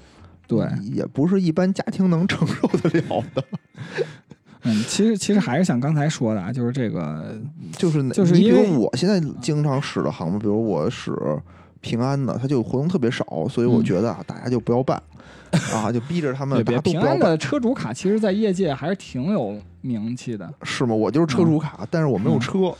对， 也不是一般家庭能承受得了的。 其实还是像刚才说的啊，就是这个， 就是你比如我现在经常使的航班，比如我使平安的，它就活动特别少，所以我觉得啊，大家就不要办啊，就逼着他们。 别平安的车主卡，其实在业界还是挺有名气的。 是吗？我就是车主卡，但是我没有车。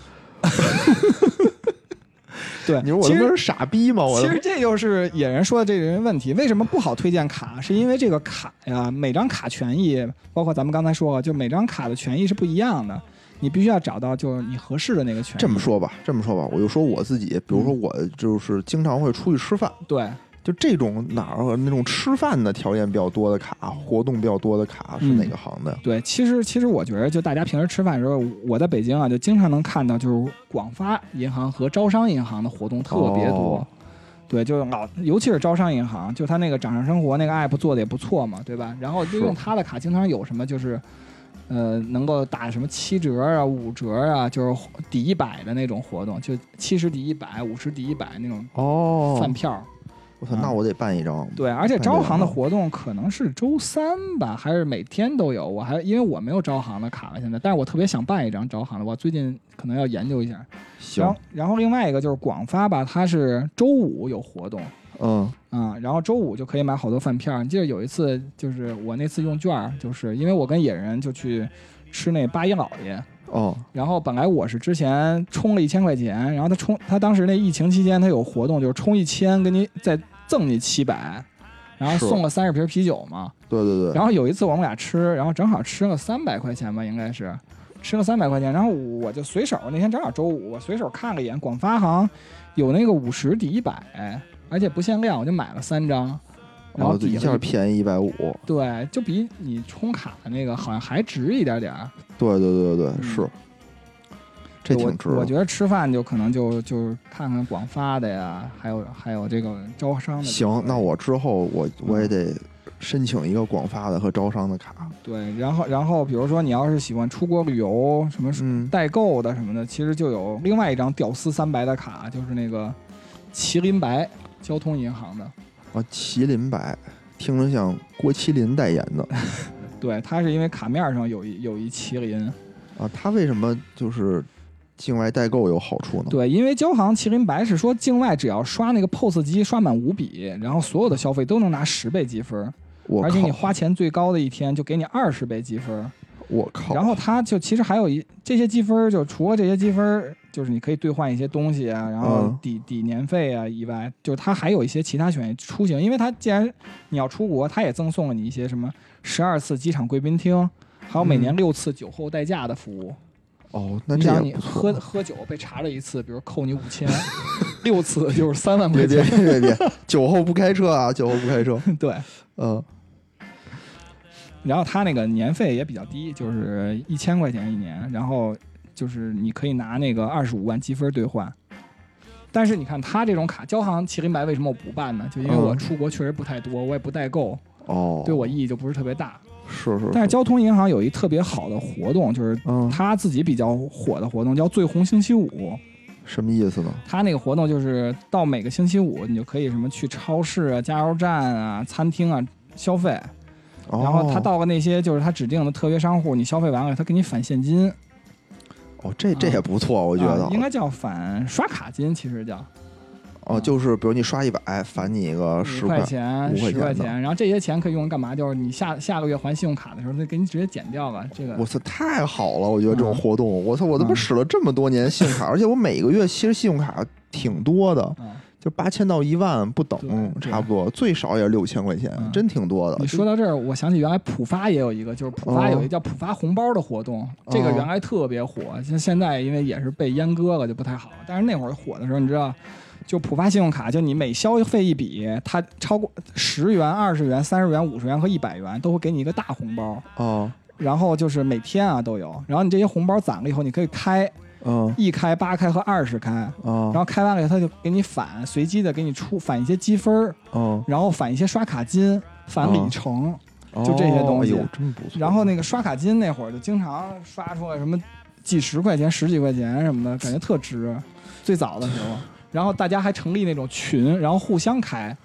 对， 你说我是傻逼吗？ 其实这就是野人说的这个问题。为什么不好推荐卡？是因为这个卡呀，每张卡权益，包括咱们刚才说，就每张卡的权益是不一样的。你必须要找到就是你合适的那个权益。 这么说吧，我就说我自己，比如说我就是经常会出去吃饭， 对， 就这种哪儿那种吃饭的条件比较多的卡，活动比较多的卡是哪个行的？ 对，其实我觉得，就大家平时吃饭的时候，我在北京啊，就经常能看到，就是广发银行和招商银行的活动特别多。对，就尤其是招商银行，就它那个掌上生活那个 app 做的也不错嘛，对吧？然后就用它的卡，经常有什么就是。能够打什么7折啊、5折啊，就是抵100的那种活动，就70抵100、50抵100那种饭票。 我操，那我得办一张。 对，而且招行的活动可能是周3吧，还是每天都有。因为我没有招行的卡了现在，但是我特别想办一张招行的，我最近可能要研究一下。 行。 然后另外一个就是广发吧，它是周5有活动。然后周5就可以买好多饭票。你记得有一次，就是我那次用券，就是因为我跟野人就去吃那八一老爷然后本来我是之前充了1000块钱，然后他当时那疫情期间他有活动，就是充1000给你再赠你700，然后送了30瓶啤酒嘛。 对。 然后有一次我们俩吃，然后正好吃了300块钱吧，应该是吃了300块钱，然后我就随手那天正好周5，我随手看了一眼广发行有那个50抵100。而且不限量，我就买了3张，然后一下便宜150。 对，就比你充卡的那个好像还值一点点。 对，是，这挺值。 我觉得吃饭就可能就看看广发的呀，还有这个招商的。 行，那我之后我也得申请一个广发的和招商的卡。 对，然后比如说你要是喜欢出国旅游什么代购的什么的，其实就有另外一张屌丝300的卡，就是那个麒麟白。交通银行的麒麟白听着像郭麒麟代言的。 对，它是因为卡面上有一麒麟它为什么就是境外代购有好处呢？ 对，因为交行麒麟白是说境外只要刷那个 POS 机刷满5笔，然后所有的消费都能拿10倍积分，而且你花钱最高的一天就给你20倍积分。 我靠！ 然后它就其实还有这些积分，就除了这些积分，就是你可以兑换一些东西啊，然后抵年费啊以外，就是它还有一些其他权益出行，因为它既然你要出国，它也赠送了你一些什么12次机场贵宾厅，还有每年6次酒后代驾的服务。 那这样你喝酒被查了一次，比如扣你5000，6次就是3万块钱。 别，酒后不开车啊！酒后不开车。 对，然后它那个年费也比较低，就是1000块钱一年，然后就是你可以拿那个25万积分兑换。但是你看它这种卡，交行麒麟白为什么我不办呢？就因为我出国确实不太多，我也不代购，对我意义就不是特别大。 是。 但是交通银行有一特别好的活动，就是它自己比较火的活动，叫最红星期五。 什么意思呢？ 它那个活动就是到每个星期5，你就可以什么去超市啊、加油站啊、餐厅啊消费。然后他到了那些就是他指定的特约商户，你消费完了，他给你返现金。 这也不错，我觉得应该叫返刷卡金，其实叫。 就是比如你刷100，返你一个 10块钱、10块钱，然后这些钱可以用干嘛？就是你下个月还信用卡的时候，他给你直接减掉了。这个我操，太好了！我觉得这种活动，我操，我他妈使了这么多年信用卡，而且我每个月其实信用卡挺多的。就8000到1万不等，差不多，最少也是6000块钱，真挺多的。 你说到这儿，我想起原来浦发也有一个，就是浦发有一个叫浦发红包的活动，这个原来特别火，现在因为也是被阉割了，就不太好。但是那会儿火的时候，你知道，就浦发信用卡，就你每消费一笔，它超过10元、20元、30元、50元和100元，都会给你一个大红包。然后就是每天啊都有，然后你这些红包攒了以后，你可以开。1开、8开和20开，然后开完了以后他就给你随机的给你返一些积分，然后返一些刷卡金、返里程，就这些东西。 真不错。 然后那个刷卡金那会儿就经常刷出来什么几十块钱、10几块钱什么的，感觉特值。最早的时候，然后大家还成立那种群，然后互相开。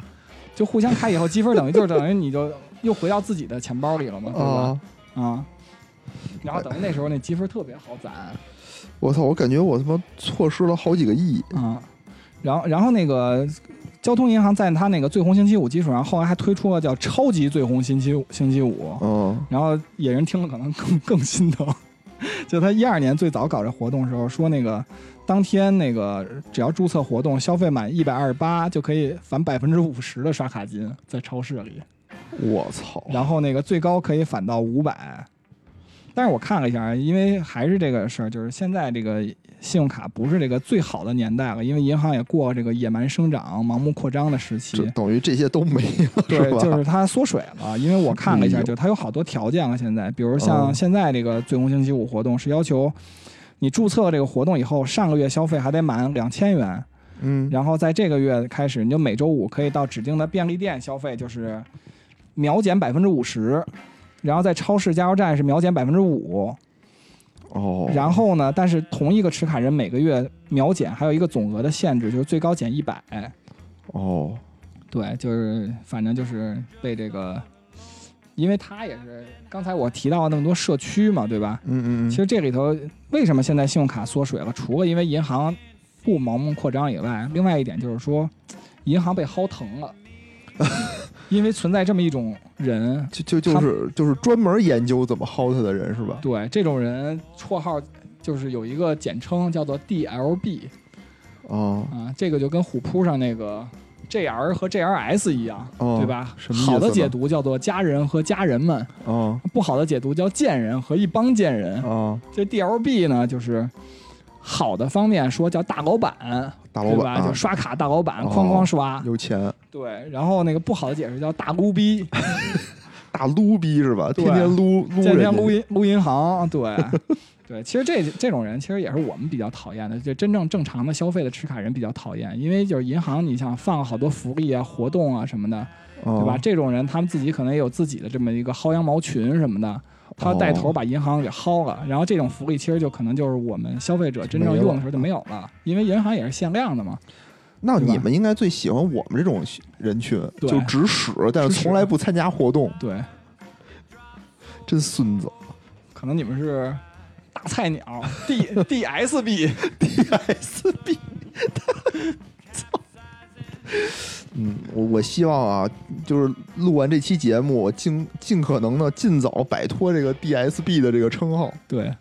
就互相开以后积分等于你就又回到自己的钱包里了嘛，对吧？啊，然后等于那时候那积分特别好攒。 我操！我感觉我他妈错失了好几个亿啊！然后那个交通银行在它那个最红星期五基础上，后来还推出了叫超级最红星期五。然后野人听了可能更心疼。就他12年最早搞这活动的时候说，那个当天那个只要注册活动消费满128就可以返50%的刷卡金在超市里。 我操！ 然后那个最高可以返到500。但是我看了一下，因为还是这个事儿，就是现在这个信用卡不是这个最好的年代了，因为银行也过这个野蛮生长、盲目扩张的时期， 等于这些都没了， 对，就是它缩水了。因为我看了一下，就它有好多条件了。现在，比如像现在这个最红星期五活动是要求你注册这个活动以后，上个月消费还得满2000元，然后在这个月开始，你就每周五可以到指定的便利店消费，就是秒减50%。然后在超市加油站是秒减5%，然后呢，但是同一个持卡人每个月秒减还有一个总额的限制，就是最高减100。对，就是反正就是被这个，因为他也是刚才我提到那么多社区嘛，对吧？其实这里头为什么现在信用卡缩水了？除了因为银行不盲目扩张以外，另外一点就是说，银行被薅疼了。因为存在这么一种人， 就是专门研究怎么薅他的人是吧？ 对，这种人绰号就是有一个简称叫做 DLB。这个就跟虎扑上那个 JR 和 JRS 一样，对吧？好的解读叫做家人和家人们，不好的解读叫贱人和一帮贱人。这 DLB 呢，就是好的方面说叫大老板，对吧？就刷卡大老板，哐哐刷， 有钱。 对，然后那个不好的解释叫大撸逼， 大撸逼是吧？天天撸银行，对对。其实这种人其实也是我们比较讨厌的，就真正正常的消费的持卡人比较讨厌，因为就是银行你想放好多福利啊、活动啊什么的，对吧？这种人他们自己可能也有自己的这么一个薅羊毛群什么的。他带头把银行给薅了，然后这种福利其实就可能就是我们消费者真正用的时候就没有了，因为银行也是限量的嘛。 那你们应该最喜欢我们这种人群，就只使，但是从来不参加活动。 对， 真孙子。 可能你们是大菜鸟 DSB。 操。我希望啊，就是录完这期节目，我尽可能的尽早摆脱这个 DSB 的这个称号。 对。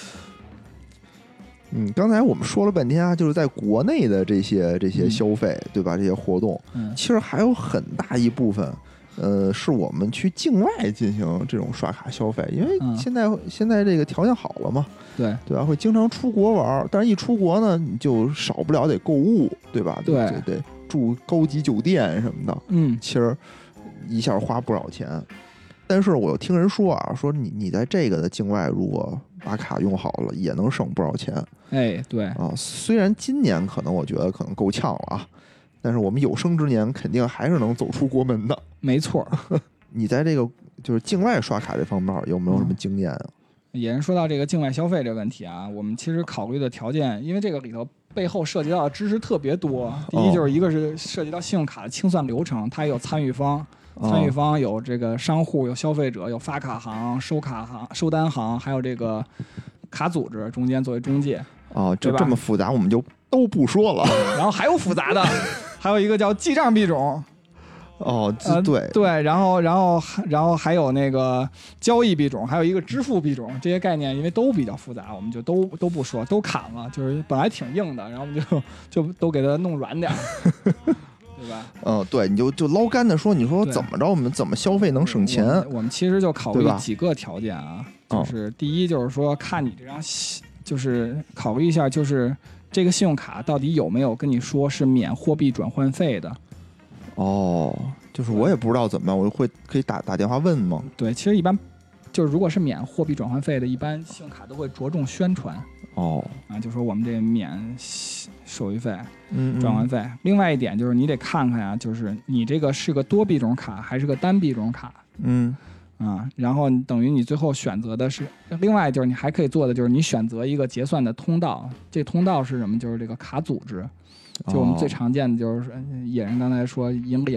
刚才我们说了半天啊，就是在国内的这些消费，对吧？这些活动，其实还有很大一部分，是我们去境外进行这种刷卡消费，因为现在这个条件好了嘛， 对吧？会经常出国玩，但是一出国呢，你就少不了得购物，对吧？ 对， 得住高级酒店什么的，其实一下花不少钱。但是我又听人说啊，说你在这个的境外，如果把卡用好了，也能省不少钱。 对啊， 虽然今年可能我觉得可能够呛了啊，但是我们有生之年肯定还是能走出国门的。 没错。 你在这个就是境外刷卡这方面有没有什么经验啊？ 野人说到这个境外消费这个问题啊，我们其实考虑的条件，因为这个里头背后涉及到的知识特别多。第一就是一个是涉及到信用卡的清算流程，它也有参与方。参与方有这个商户，有消费者，有发卡行、收卡行、收单行，还有这个卡组织中间作为中介。 就这么复杂，我们就都不说了。 然后还有复杂的，还有一个叫记账币种。 对， 然后还有那个交易币种，还有一个支付币种，这些概念因为都比较复杂，我们就都不说，都砍了。就是本来挺硬的，然后我们就都给它弄软点。对吧？ 对，你就捞干的说，你说怎么着，我们怎么消费能省钱？ 我们其实就考虑几个条件啊，就是第一就是说，看你这张，就是考虑一下，就是这个信用卡到底有没有跟你说是免货币转换费的。 就是我也不知道怎么办，我可以打电话问吗？ 对，其实一般就是如果是免货币转换费的，一般信用卡都会着重宣传。就说我们这免手续费、转换费。另外一点就是你得看看呀，就是你这个是个多币种卡还是个单币种卡。然后等于你最后选择的是，另外就是你还可以做的就是你选择一个结算的通道。这通道是什么？就是这个卡组织。就我们最常见的就是野人刚才说银联，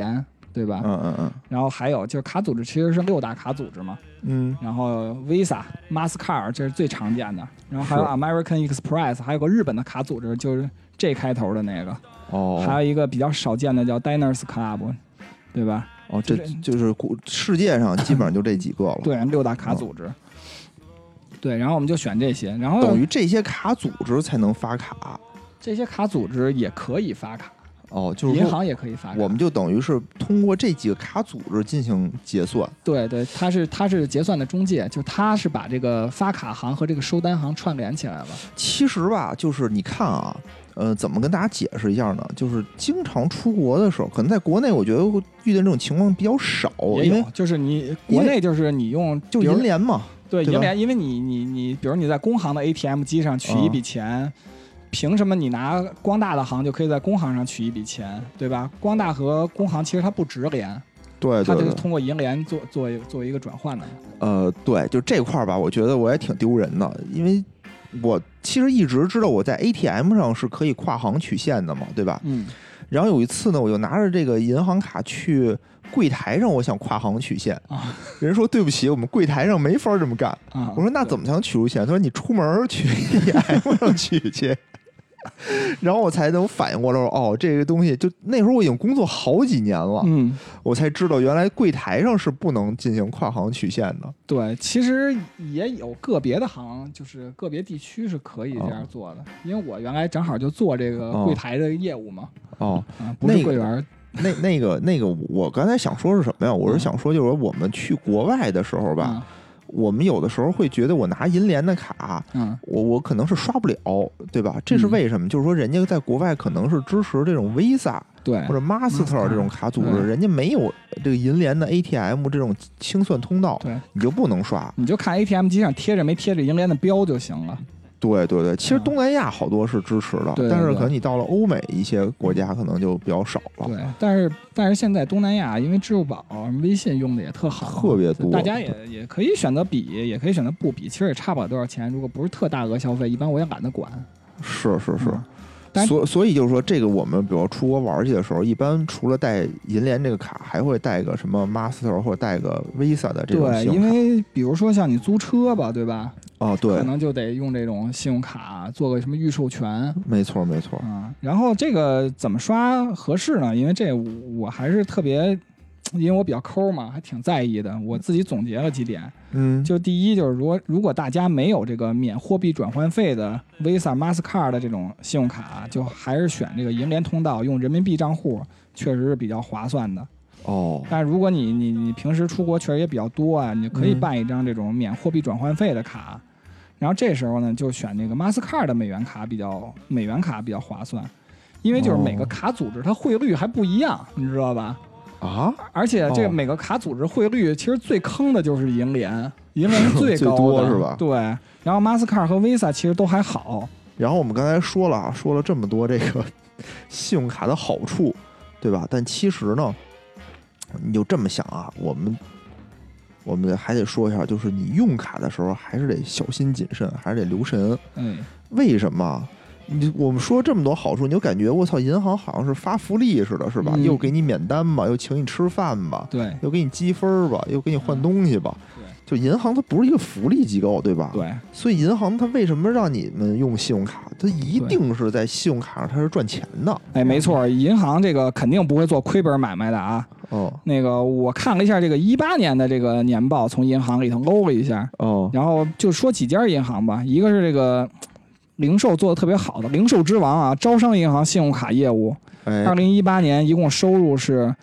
对吧？然后还有就是卡组织其实是6大卡组织嘛，然后 Visa、Mastercard 这是最常见的，然后还有 American Express， 还有个日本的卡组织就是 J 开头的那个，还有一个比较少见的叫 Diners Club， 对吧？ 这就是世界上基本上就这几个了。 对，6大卡组织。对，然后我们就选这些，然后等于这些卡组织才能发卡， 这些卡组织也可以发卡。 就是银行也可以发卡， 我们就等于是通过这几个卡组织进行结算。 对，它是结算的中介，就它是把这个发卡行和这个收单行串联起来了。 其实吧，就是你看啊，怎么跟大家解释一下呢？就是经常出国的时候，可能在国内我觉得遇到这种情况比较少，因为就是你国内就是你用就银联嘛， 对银联，因为你比如你在工行的 ATM 机上取一笔钱。凭什么你拿光大的行就可以在工行上取一笔钱，对吧？光大和工行其实它不直连， 对， 它就是通过银联做一个转换的。 对，就这块吧，我觉得我也挺丢人的，因为我其实一直知道我在 ATM 上是可以跨行取现的嘛，对吧？然后有一次呢，我就拿着这个银行卡去柜台上，我想跨行取现，人说对不起，我们柜台上没法这么干。我说那怎么才能取出现？他说你出门去 ATM 上取去。然后我才能反应过来，这个东西就那时候我已经工作好几年了，我才知道原来柜台上是不能进行跨行取现的。 对，其实也有个别的行，就是个别地区是可以这样做的，因为我原来正好就做这个柜台的业务嘛。不是柜员。 那个，我刚才想说是什么呀？我是想说，就是我们去国外的时候吧。我们有的时候会觉得我拿银联的卡，我可能是刷不了，对吧？这是为什么？就是说人家在国外可能是支持这种 Visa 对或者 Master 这种卡组织，人家没有这个银联的 ATM 这种清算通道， 对， 你就不能刷， 你就看 ATM 机上贴着没贴着银联的标就行了。 对，其实东南亚好多是支持的，但是可能你到了欧美一些国家可能就比较少了。 对，但是现在东南亚因为支付宝、微信用的也特好， 特别多， 大家也可以选择比，也可以选择不比，其实也差不了多少钱。如果不是特大额消费，一般我也懒得管。 是。所以就是说，这个我们比如出国玩去的时候，一般除了带银联这个卡，还会带个什么 Master 或者带个 Visa 的这种信用卡。 对，因为比如说像你租车吧，对吧？ 对， 可能就得用这种信用卡做个什么预授权。 没错。 然后这个怎么刷合适呢？因为这我还是特别，因为我比较抠嘛，还挺在意的。我自己总结了几点，就第一就是如果大家没有这个免货币转换费的 Visa、Mastercard 的这种信用卡，就还是选这个银联通道，用人民币账户，确实是比较划算的。但是如果你平时出国确实也比较多啊，你可以办一张这种免货币转换费的卡。然后这时候呢，就选那个 Mastercard 的美元卡比较划算，因为就是每个卡组织它汇率还不一样，你知道吧？而且这个每个卡组织汇率其实最坑的就是银联是最高的， 是吧？ 对。然后 Mastercard 和 Visa 其实都还好。 然后我们刚才说了这么多这个信用卡的好处，对吧？但其实呢，你就这么想啊，我们还得说一下，就是你用卡的时候还是得小心谨慎，还是得留神。为什么？我们说这么多好处，你就感觉我操，银行好像是发福利似的，是吧？又给你免单吧，又请你吃饭吧， 对， 又给你积分吧，又给你换东西吧。就银行它不是一个福利机构，对吧？ 对。 所以银行它为什么让你们用信用卡？它一定是在信用卡上它是赚钱的。 没错，银行这个肯定不会做亏本买卖的啊。那个我看了一下这个18年的这个年报，从银行里头搂了一下。然后就说几家银行吧，一个是这个零售做的特别好的零售之王啊，招商银行信用卡业务，2018年一共收入是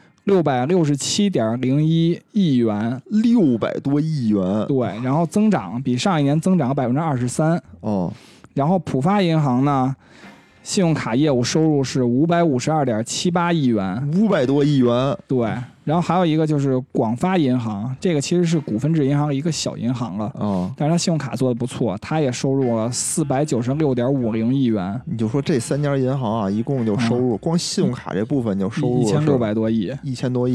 667.01亿元 ，600多亿元。 对，然后增长比上一年增长23%。然后浦发银行呢，信用卡业务收入是552.78亿元 ，500多亿元。 对，然后还有一个就是广发银行，这个其实是股份制银行的一个小银行了，但是它信用卡做的不错，它也收入了496.50亿元。 你就说这3家银行啊，一共就收入，光信用卡这部分就收入 1600多亿，1000 多亿。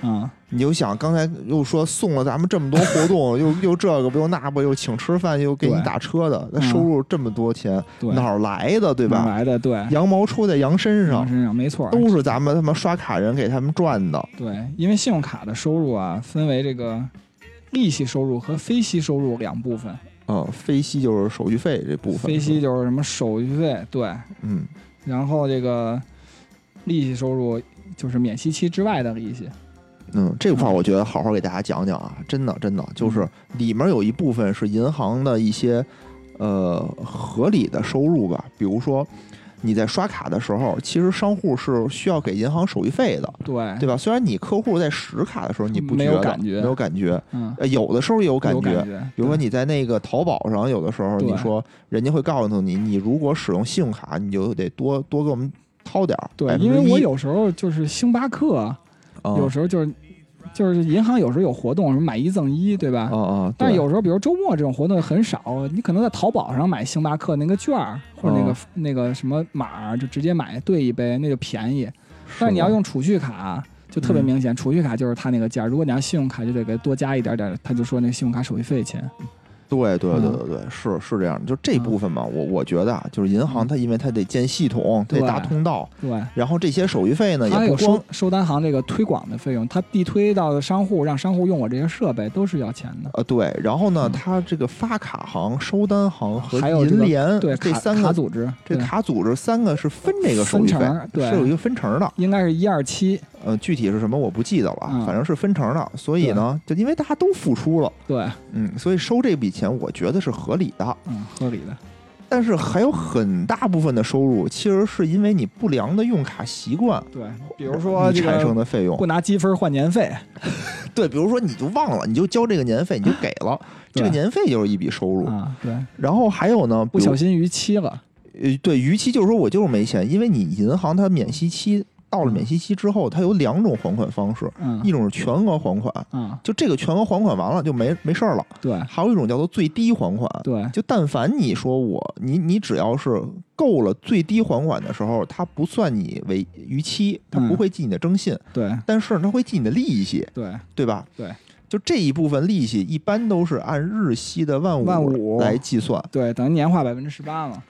你就想刚才又说送了咱们这么多活动，又这个又那不又请吃饭又给你打车的，那收入这么多钱，哪儿来的对吧？ 哪儿来的对， 羊毛出在羊身上， 没错， 都是咱们他妈刷卡人给他们赚的。 对，因为信用卡的收入啊，分为这个利息收入和非息收入2部分。 非息就是手续费这部分， 非息就是什么手续费，对，然后这个利息收入就是免息期之外的利息。 这块我觉得好好给大家讲讲啊，真的就是里面有一部分是银行的一些合理的收入吧，比如说你在刷卡的时候，其实商户是需要给银行手续费的，对吧？虽然你客户在使卡的时候你不觉得没有感觉，有的时候也有感觉，比如说你在那个淘宝上，有的时候你说人家会告诉你，你如果使用信用卡，你就得多给我们掏点儿。 对，因为我有时候就是星巴克，有时候就是银行有时候有活动，什么买1赠1，对吧？但是有时候，比如周末这种活动很少，你可能在淘宝上买星巴克那个券儿，或者那个什么码，就直接买兑一杯，那就便宜。但是你要用储蓄卡，就特别明显，储蓄卡就是他那个价，如果你要信用卡，就得给多加一点点，他就说那信用卡手续费钱。 对，是这样的，就这部分嘛，我觉得啊，就是银行它因为它得建系统，它得搭通道， 对， 然后这些手续费呢也不光收单行这个推广的费用，它递推到商户，让商户用我这些设备都是要钱的。 对，然后呢，它这个发卡行、收单行和银联对这3个卡组织， 这卡组织3个是分这个手续费， 对， 是有一个分成的， 应该是127。 具体是什么我不记得了，反正是分成的，所以呢，就因为大家都付出了， 对， 所以收这笔钱，我觉得是合理的， 合理的。 但是还有很大部分的收入，其实是因为你不良的用卡习惯， 对，比如说产生的费用， 不拿积分换年费， 对，比如说你就忘了，你就交这个年费，你就给了，这个年费就是一笔收入对。 然后还有呢， 不小心逾期了， 对，逾期就是说我就是没钱，因为你银行它免息期。到了免息期之后，它有2种还款方式，一种是全额还款，就这个全额还款完了就没事了， 对。 还有一种叫做最低还款， 对。 就但凡你说你只要是够了最低还款的时候，它不算你为逾期，它不会记你的征信， 对。 但是它会记你的利息，对吧？ 对。 就这一部分利息一般都是按日息的15000来计算， 对，等于年化18%了。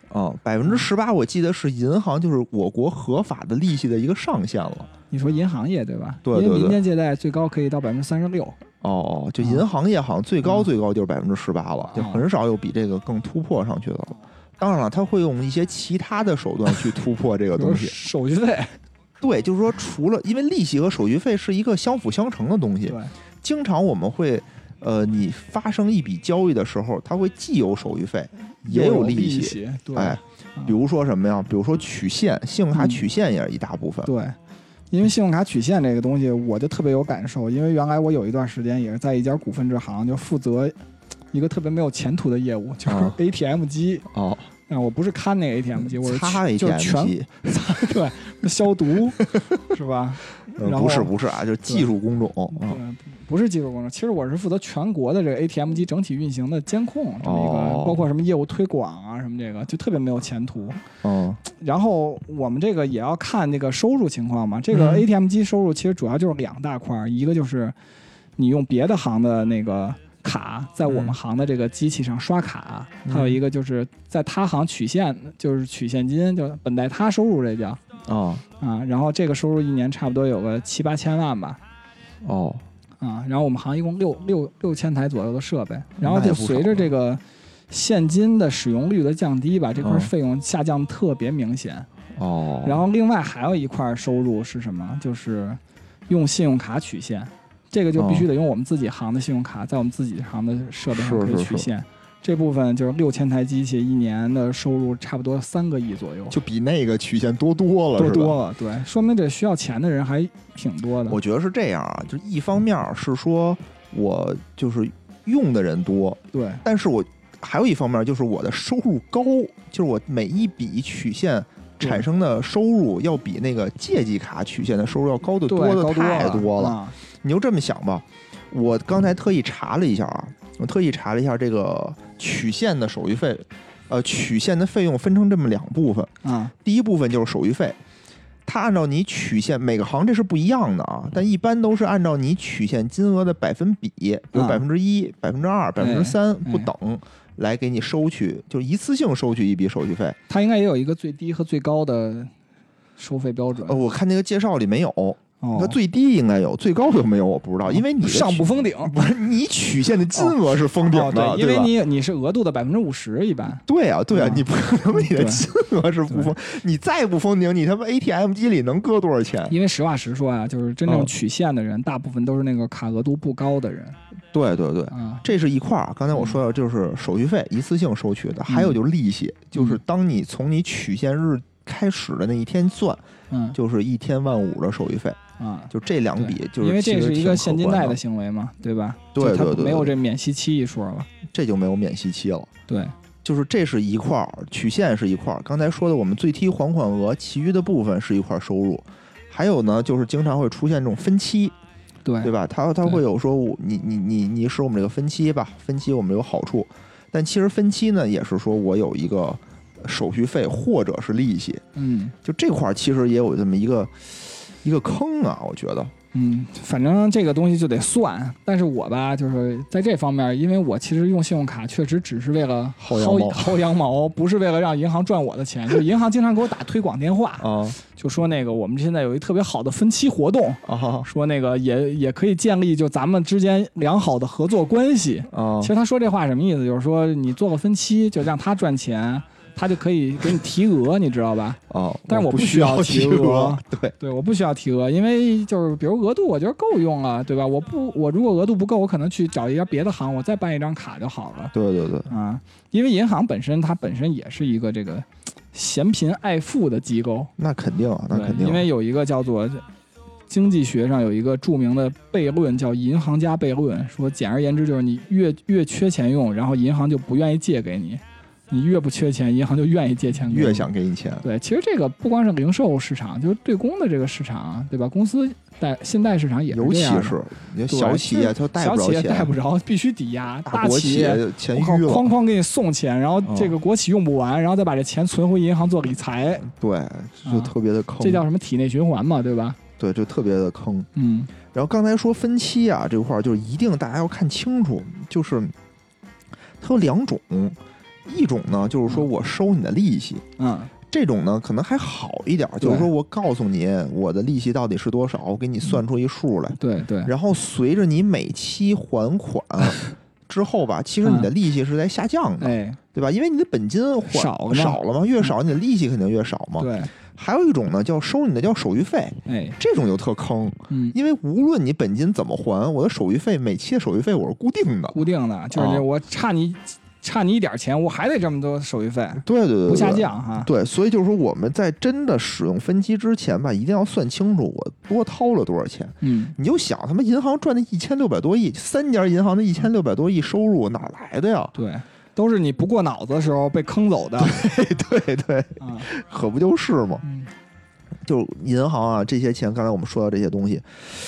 18%，我记得是银行就是我国合法的利息的一个上限了。 你说银行业对吧？ 对， 因为民间借贷最高可以到36%。 就银行业好像最高就是18%了，就很少有比这个更突破上去的了。当然了，他会用一些其他的手段去突破这个东西， 手续费。 对，就是说除了因为利息和手续费是一个相辅相成的东西， 对。 经常我们会，你发生一笔交易的时候，它会既有手续费，也有利息。 对， 比如说什么呀？比如说取现，信用卡取现也是一大部分。 对，因为信用卡取现这个东西，我就特别有感受。因为原来我有一段时间也是在一家股份制行，就负责一个特别没有前途的业务，就是 ATM 机。我不是看那个 ATM 机，我是擦 ATM 机， 对，消毒是吧？ 不是啊，就是技术工种。 不是技术工种，其实我是负责全国的这个 ATM 机整体运行的监控，这么一个，包括什么业务推广啊，什么这个就特别没有前途。然后我们这个也要看这个收入情况嘛。这个 ATM 机收入其实主要就是2大块，一个就是你用别的行的那个卡在我们行的这个机器上刷卡，还有一个就是在他行取现，就是取现金，就本代他收入这叫然后这个收入一年差不多有个7-8千万吧。然后我们行一共6000台左右的设备，然后就随着这个现金的使用率的降低吧，这块费用下降特别明显。然后另外还有一块收入是什么？就是用信用卡取现，这个就必须得用我们自己行的信用卡，在我们自己行的设备上可以取现。这部分就是6000台机器一年的收入差不多3个亿左右， 就比那个取现多了， 多了。对，说明这需要钱的人还挺多的。 我觉得是这样啊，就一方面是说我就是用的人多， 对， 但是我还有一方面就是我的收入高，就是我每一笔取现产生的收入要比那个借记卡取现的收入要高得多的太多了。你就这么想吧，我刚才特意查了一下啊。这个取现的手续费，取现的费用分成这么2部分。第一部分就是手续费， 它按照你取现每个行这是不一样的啊，但一般都是按照你取现金额的百分比，比如1%、2%、3%不等。来给你收取，就是一次性收取一笔手续费。 它应该也有一个最低和最高的收费标准。 我看那个介绍里没有。那最低应该有，最高有没有我不知道，因为你上不封顶， 不是你取现的金额是封顶的， 对，因为你是额度的50%一般。 对啊，你不可能你的金额是不封，你再不封顶，你他妈 ATM 机里能搁多少钱？ 因为实话实说啊，就是真正取现的人，大部分都是那个卡额度不高的人。 对，这是一块儿。刚才我说的就是手续费一次性收取的，还有就是利息，就是当你从你取现日开始的那一天算，就是1天15000的手续费。就这两笔，就是因为这是一个现金贷的行为嘛，对吧？ 对， 没有这免息期一说了， 这就没有免息期了。 对， 就是这是一块儿，取现是一块儿。刚才说的我们最低还款额，其余的部分是一块收入。还有呢，就是经常会出现这种分期，对吧？它会有说你使我们这个分期吧，分期我们有好处，但其实分期呢也是说我有一个手续费或者是利息，就这块其实也有这么一个坑啊，我觉得。 反正这个东西就得算，但是我吧，就是在这方面，因为我其实用信用卡确实只是为了薅羊毛，不是为了让银行赚我的钱。就银行经常给我打推广电话啊，就说那个我们现在有一特别好的分期活动啊，说那个也可以建立就咱们之间良好的合作关系啊。其实他说这话什么意思？就是说你做个分期，就让他赚钱。他就可以给你提额，你知道吧？但是我不需要提额，对，我不需要提额，因为就是比如额度，我觉得够用了，对吧？我如果额度不够，我可能去找一家别的行，我再办一张卡就好了。 对啊，因为银行它本身也是一个这个嫌贫爱富的机构， 那肯定， 因为有一个叫做经济学上有一个著名的悖论叫银行家悖论，说简而言之就是你越缺钱用，然后银行就不愿意借给你。你越不缺钱，银行就愿意借钱给你， 越想给你钱。 对，其实这个不光是零售市场，就是对公的这个市场，对吧？公司信贷市场也是这样的。 尤其是小企业，它贷不着钱， 小企业贷不着，必须抵押。大企业钱淤了， 哐哐给你送钱，然后这个国企用不完，然后再把这钱存回银行做理财。 对，就特别的坑。 这叫什么体内循环嘛，对吧？ 对，就特别的坑。然后刚才说分期啊这块，就是一定大家要看清楚，就是它有2种。一种呢，就是说我收你的利息，这种呢可能还好一点，就是说我告诉你我的利息到底是多少，我给你算出一数来， 对， 然后随着你每期还款之后吧，其实你的利息是在下降的，对吧？因为你的本金少了嘛，越少你的利息肯定越少嘛。 对。 还有一种呢，叫收你的叫手续费，这种就特坑，因为无论你本金怎么还，我的手续费每期的手续费我是固定的， 就是我差你一点钱，我还得这么多手续费。 对， 不下降哈。 对，所以就是说我们在真的使用分期之前吧，一定要算清楚我多掏了多少钱。你就想他妈银行赚的1600多亿，3家银行的1600多亿收入哪来的呀？ 对，都是你不过脑子的时候被坑走的。 对，可不就是吗？就银行啊，这些钱，刚才我们说到这些东西，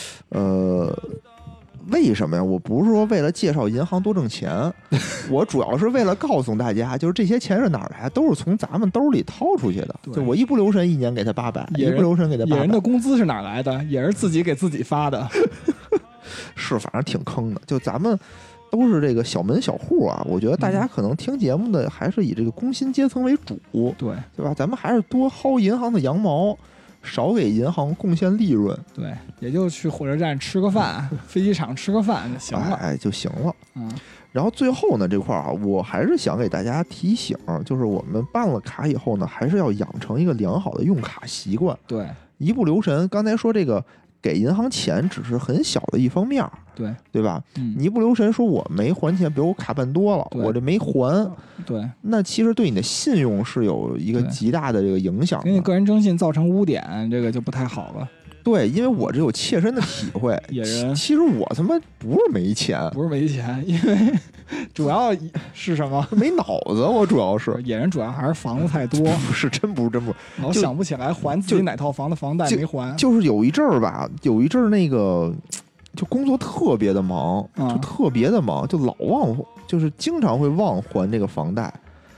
为什么呀？我不是说为了介绍银行多挣钱，我主要是为了告诉大家，就是这些钱是哪儿来，都是从咱们兜里掏出去的。就我一不留神1年给他800，一不留神给他800。 野人的工资是哪儿来的？也是自己给自己发的。 是，反正挺坑的。就咱们都是这个小门小户啊，我觉得大家可能听节目的还是以这个工薪阶层为主，对吧？咱们还是多薅银行的羊毛。少给银行贡献利润， 对，也就去火车站吃个饭，飞机场吃个饭就行了， 就行了。然后最后呢，这块啊，我还是想给大家提醒，就是我们办了卡以后呢，还是要养成一个良好的用卡习惯。 对， 一不留神，刚才说这个给银行钱只是很小的一方面，对吧？你一不留神说我没还钱，比如我卡办多了，我这没还， 对， 那其实对你的信用是有一个极大的这个影响的， 给你个人征信造成污点，这个就不太好了。 对，因为我这有切身的体会。 野人， 其实我他妈不是没钱， 因为主要是什么？ 没脑子，我主要是野人，主要还是房子太多。 不是，真不是， 老想不起来还自己哪套房的房贷没还。 就是有一阵儿吧，那个就工作特别的忙，就特别的忙，就老忘，就是经常会忘还这个房贷。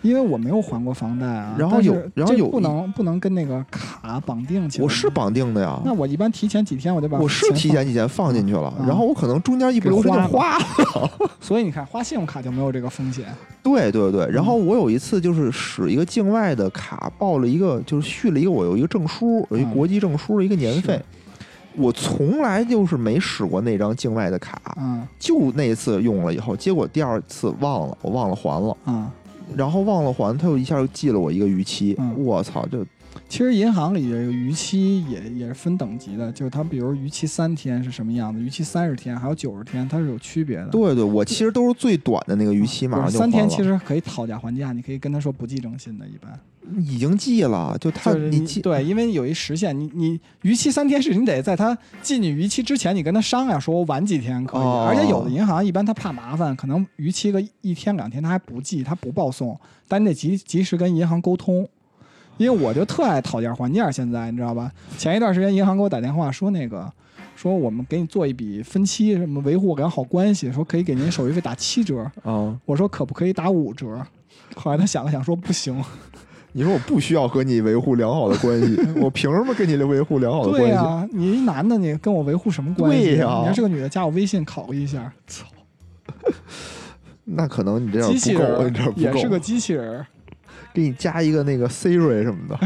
因为我没有还过房贷啊。 然后有不能跟那个卡绑定起来。 我是绑定的呀。 那我一般提前几天我就把我是提前几天放进去了，然后我可能中间一不留神就花了。 所以你看，花信用卡就没有这个风险。 对对对。然后我有一次就是使一个境外的卡报了一个，就是续了一个我有一个证书，有一国际证书的一个年费。我从来就是没使过那张境外的卡，就那次用了以后，结果第二次忘了，我忘了还了，然后忘了还，他又一下就记了我一个逾期，我操！ 其实银行里的逾期也是分等级的，就是它比如逾期3天是什么样子，逾期30天还有90天，它是有区别的。对对，我其实都是最短的那个逾期，马上就还了。3 天其实可以讨价还价，你可以跟他说不记征信的，一般。 已经记了，就他你记对，因为有一时限，你逾期3天是你得在他记你逾期之前，你跟他商量说我晚几天可以。而且有的银行一般他怕麻烦，可能逾期个1天2天他还不记，他不报送，但你得及时跟银行沟通。因为我就特爱讨价还价，现在你知道吧？前一段时间银行给我打电话说说我们给你做一笔分期，什么维护良好关系，说可以给您手续费打7折。我说可不可以打5折？后来他想了想说不行。 你说我不需要和你维护良好的关系，我凭什么跟你维护良好的关系？ 对呀，你一男的，你跟我维护什么关系？ 对呀， 你要是个女的，加我微信考虑一下。 操，那可能你这样机器人不够， 也是个机器人， 给你加一个那个 Siri 什么的。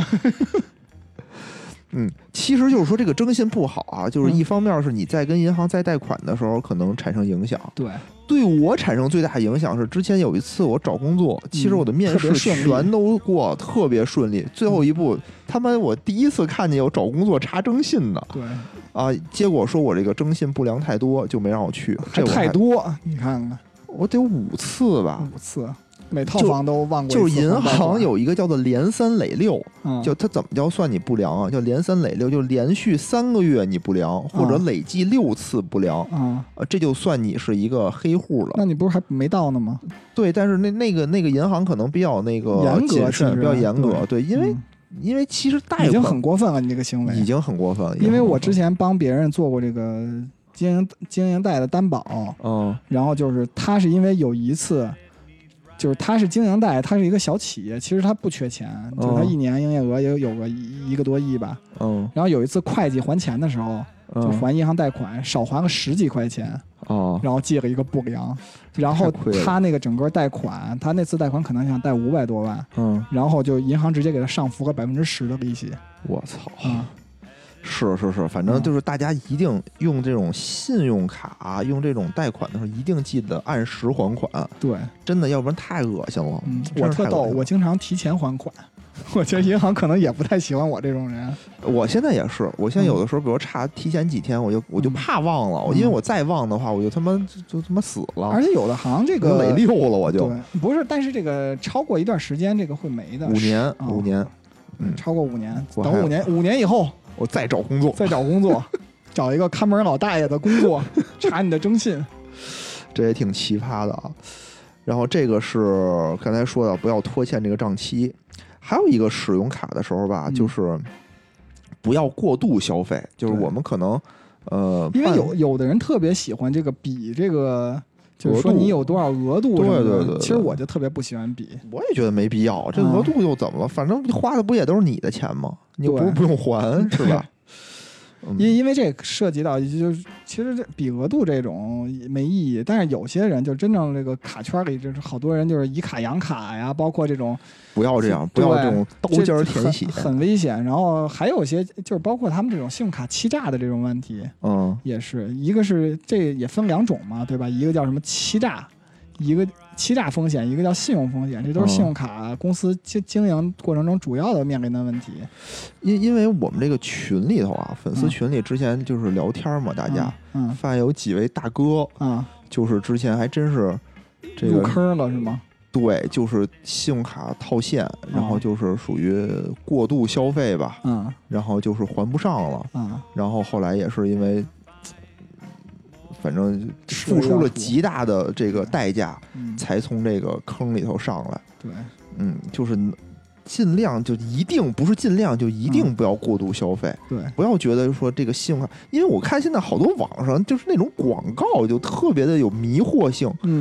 其实就是说这个征信不好啊，就是一方面是你在跟银行在贷款的时候可能产生影响。对我产生最大影响是之前有一次我找工作，其实我的面试全都过特别顺利，最后一步我第一次看见有找工作查征信的。 对啊，结果说我这个征信不良太多，就没让我去。这太多，你看看， 我得5次吧 ，5次。每套房都忘过就是银行有一个叫做连3累6，就它怎么叫算你不良啊？叫连3累6，就连续3个月你不良，或者累计6次不良，这就算你是一个黑户了。 那你不是还没到呢吗？ 对，但是那个银行可能比较那个谨慎，比较严格。对，因为其实贷款已经很过分了，你这个行为已经很过分了。 因为我之前帮别人做过这个经营贷的担保，然后就是他是因为有一次。就是他是经营贷，他是一个小企业，其实他不缺钱，就是他1年营业额也有个1个多亿吧。然后有一次会计还钱的时候，就还银行贷款少还了10几块钱，然后记了一个不良，然后他那个整个贷款，他那次贷款可能想贷500多万，然后就银行直接给他上浮个10%的利息。 我操！是，反正就是大家一定用这种信用卡，用这种贷款的时候，一定记得按时还款。 对， 真的，要不然太恶心了。 我特逗，我经常提前还款。我觉得银行可能也不太喜欢我这种人。 我现在也是，我现在有的时候，比如差提前几天，我就怕忘了，因为我再忘的话，我就他妈死了。 而且有的行这个累6了，我就不是，但是这个超过一段时间，这个会没的。 5年， 超过5年，等5年以后。 我再找工作， 找一个看门老大爷的工作，查你的征信， 这也挺奇葩的啊。然后这个是刚才说的，不要拖欠这个账期。还有一个使用卡的时候吧，就是不要过度消费。就是我们可能因为有的人特别喜欢这个比这个。就是说你有多少额度？ 对， 其实我就特别不喜欢比， 我也觉得没必要。这额度又怎么了？反正花的不也都是你的钱吗？你又不用还，是吧？ 因为这涉及到就是其实这比额度这种没意义，但是有些人就真正这个卡圈里就是好多人就是以卡养卡呀，包括这种不要这样，不要这种刀尖舔血， 很危险。然后还有些就是包括他们这种信用卡欺诈的这种问题，也是一个是这也分2种嘛，对吧？一个叫什么欺诈，一个欺诈风险，一个叫信用风险，这都是信用卡公司经营过程中主要的面临的问题。 因为我们这个群里头啊，粉丝群里之前就是聊天嘛，大家发现有几位大哥就是之前还真是这个入坑了是吗？ 对，就是信用卡套现，然后就是属于过度消费吧，然后就是还不上了，然后后来也是因为。反正付出了极大的这个代价，才从这个坑里头上来。 对， 就是尽量就一定不是尽量就一定不要过度消费。 对， 不要觉得说这个信用卡，因为我看现在好多网上就是那种广告就特别的有迷惑性。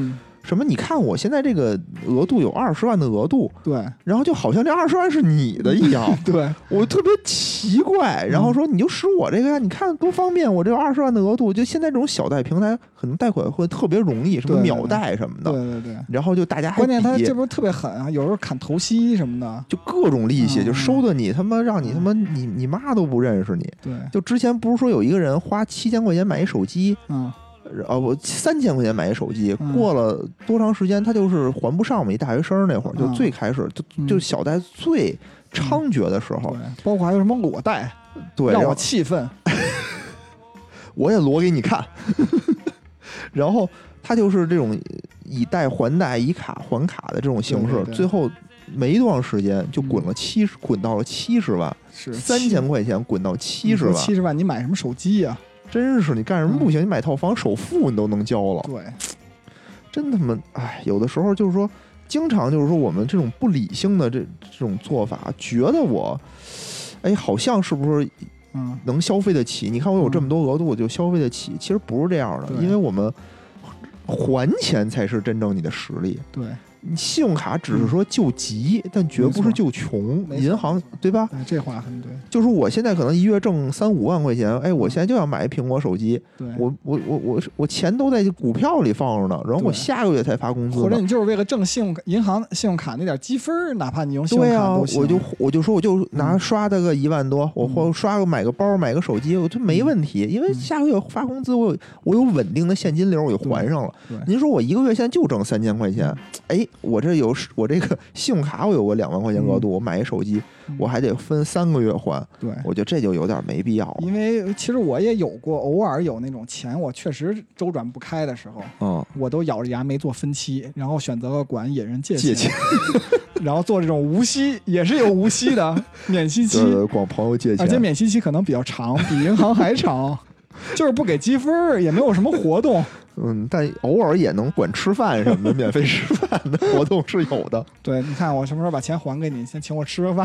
什么你看我现在这个额度有20万的额度， 对， 然后就好像这20万是你的一样， 对， 我特别奇怪，然后说你就使我这个呀，你看多方便，我这有20万的额度，就现在这种小贷平台可能贷款会特别容易，什么秒贷什么的， 对， 然后就大家还关键他这不是特别狠啊，有时候砍头息什么的， 就各种利息，就收的你他妈让你他妈你妈都不认识你， 对， 就之前不是说有一个人花7000块钱买一手机，我3000块钱买一手机，过了多长时间他就是还不上嘛，一大学生那会儿，就最开始就小贷最猖獗的时候， 对，包括还有什么裸贷， 对， 让我气愤， 我也裸给你看，然后他就是这种以贷还贷、以卡还卡的这种形式，最后没多长时间就滚到了70万， 是 3000块钱滚到70万 ，70万你买什么手机呀？ 真是你干什么不行？你买套房首付你都能交了， 对， 真他妈哎，有的时候就是说，经常就是说我们这种不理性的这种做法，觉得我哎好像是不是能消费得起？你看我有这么多额度，我就消费得起，其实不是这样的，因为我们还钱才是真正你的实力。 对。 你信用卡只是说救急，但绝不是救穷。银行对吧？ 这话很对。 就是我现在可能一月挣3-5万块钱，哎，我现在就要买一苹果手机。 对， 我钱都在股票里放着呢，然后我下个月才发工资。 或者你就是为了挣银行信用卡那点积分，哪怕你用信用卡都行。 对啊，我就说我就拿刷的个1万多，我或刷个买个包买个手机，我就没问题，因为下个月发工资，我有稳定的现金流，我就还上了。您说我一个月现在就挣3000块钱，哎。我这个信用卡我有个2万块钱额度，我买一手机，我还得分3个月还， 对， 我觉得这就有点没必要了。 因为其实我也有过，偶尔有那种钱我确实周转不开的时候，我都咬着牙没做分期，然后选择了管野人借钱，然后做这种无息，也是有无息的免息期， 管朋友借钱， 而且免息期可能比较长，比银行还长，就是不给积分，也没有什么活动。 但偶尔也能管吃饭什么的，免费吃饭的活动是有的。 对，你看我什么时候把钱还给你，先请我吃个饭。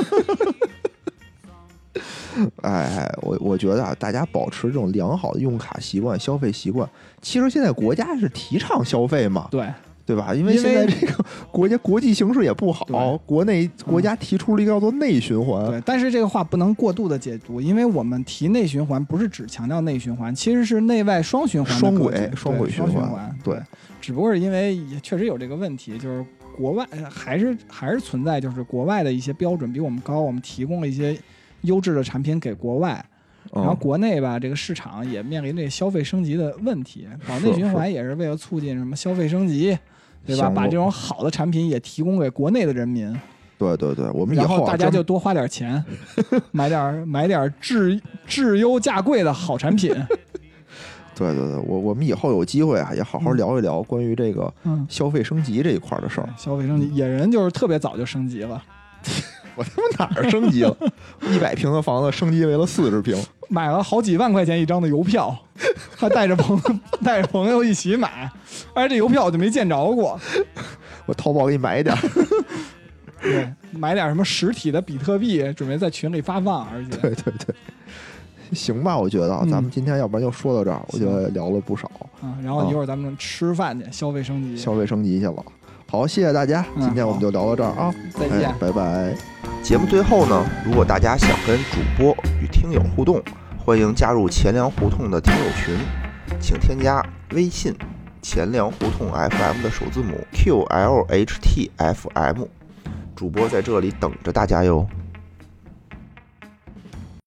哎，我觉得大家保持这种良好的用卡习惯、消费习惯。其实现在国家是提倡消费嘛，对吧？因为现在这个国际形势也不好，国内国家提出了一个叫做内循环。 对，但是这个话不能过度的解读，因为我们提内循环不是只强调内循环，其实是内外双循环、 双轨循环。对， 只不过是因为也确实有这个问题，就是国外还是存在，就是国外的一些标准比我们高，我们提供了一些优质的产品给国外。然后国内吧，这个市场也面临这消费升级的问题，搞内循环也是为了促进什么消费升级，对吧？把这种好的产品也提供给国内的人民。 对，我们以后然后大家就多花点钱，买点质优价贵的好产品。 对，我们以后有机会啊，也好好聊一聊关于这个消费升级这一块的事儿。 消费升级，野人就是特别早就升级了。 我他妈哪儿升级了？100平的房子升级为了40平， 买了好几万块钱一张的邮票，还带着朋友一起买，而且这邮票我就没见着过。 我淘宝给你买一点。 对，买点什么实体的比特币，准备在群里发放，而且对，行吧，我觉得咱们今天要不然就说到这儿，我觉得聊了不少。 然后一会儿咱们吃饭去，消费升级去了。好，谢谢大家，今天我们就聊到这儿啊， 再见， 拜拜。节目最后呢，如果大家想跟主播与听友互动，欢迎加入钱粮胡同的听友群，请添加微信钱粮胡同 FM 的首字母 QLHTFM， 主播在这里等着大家哟。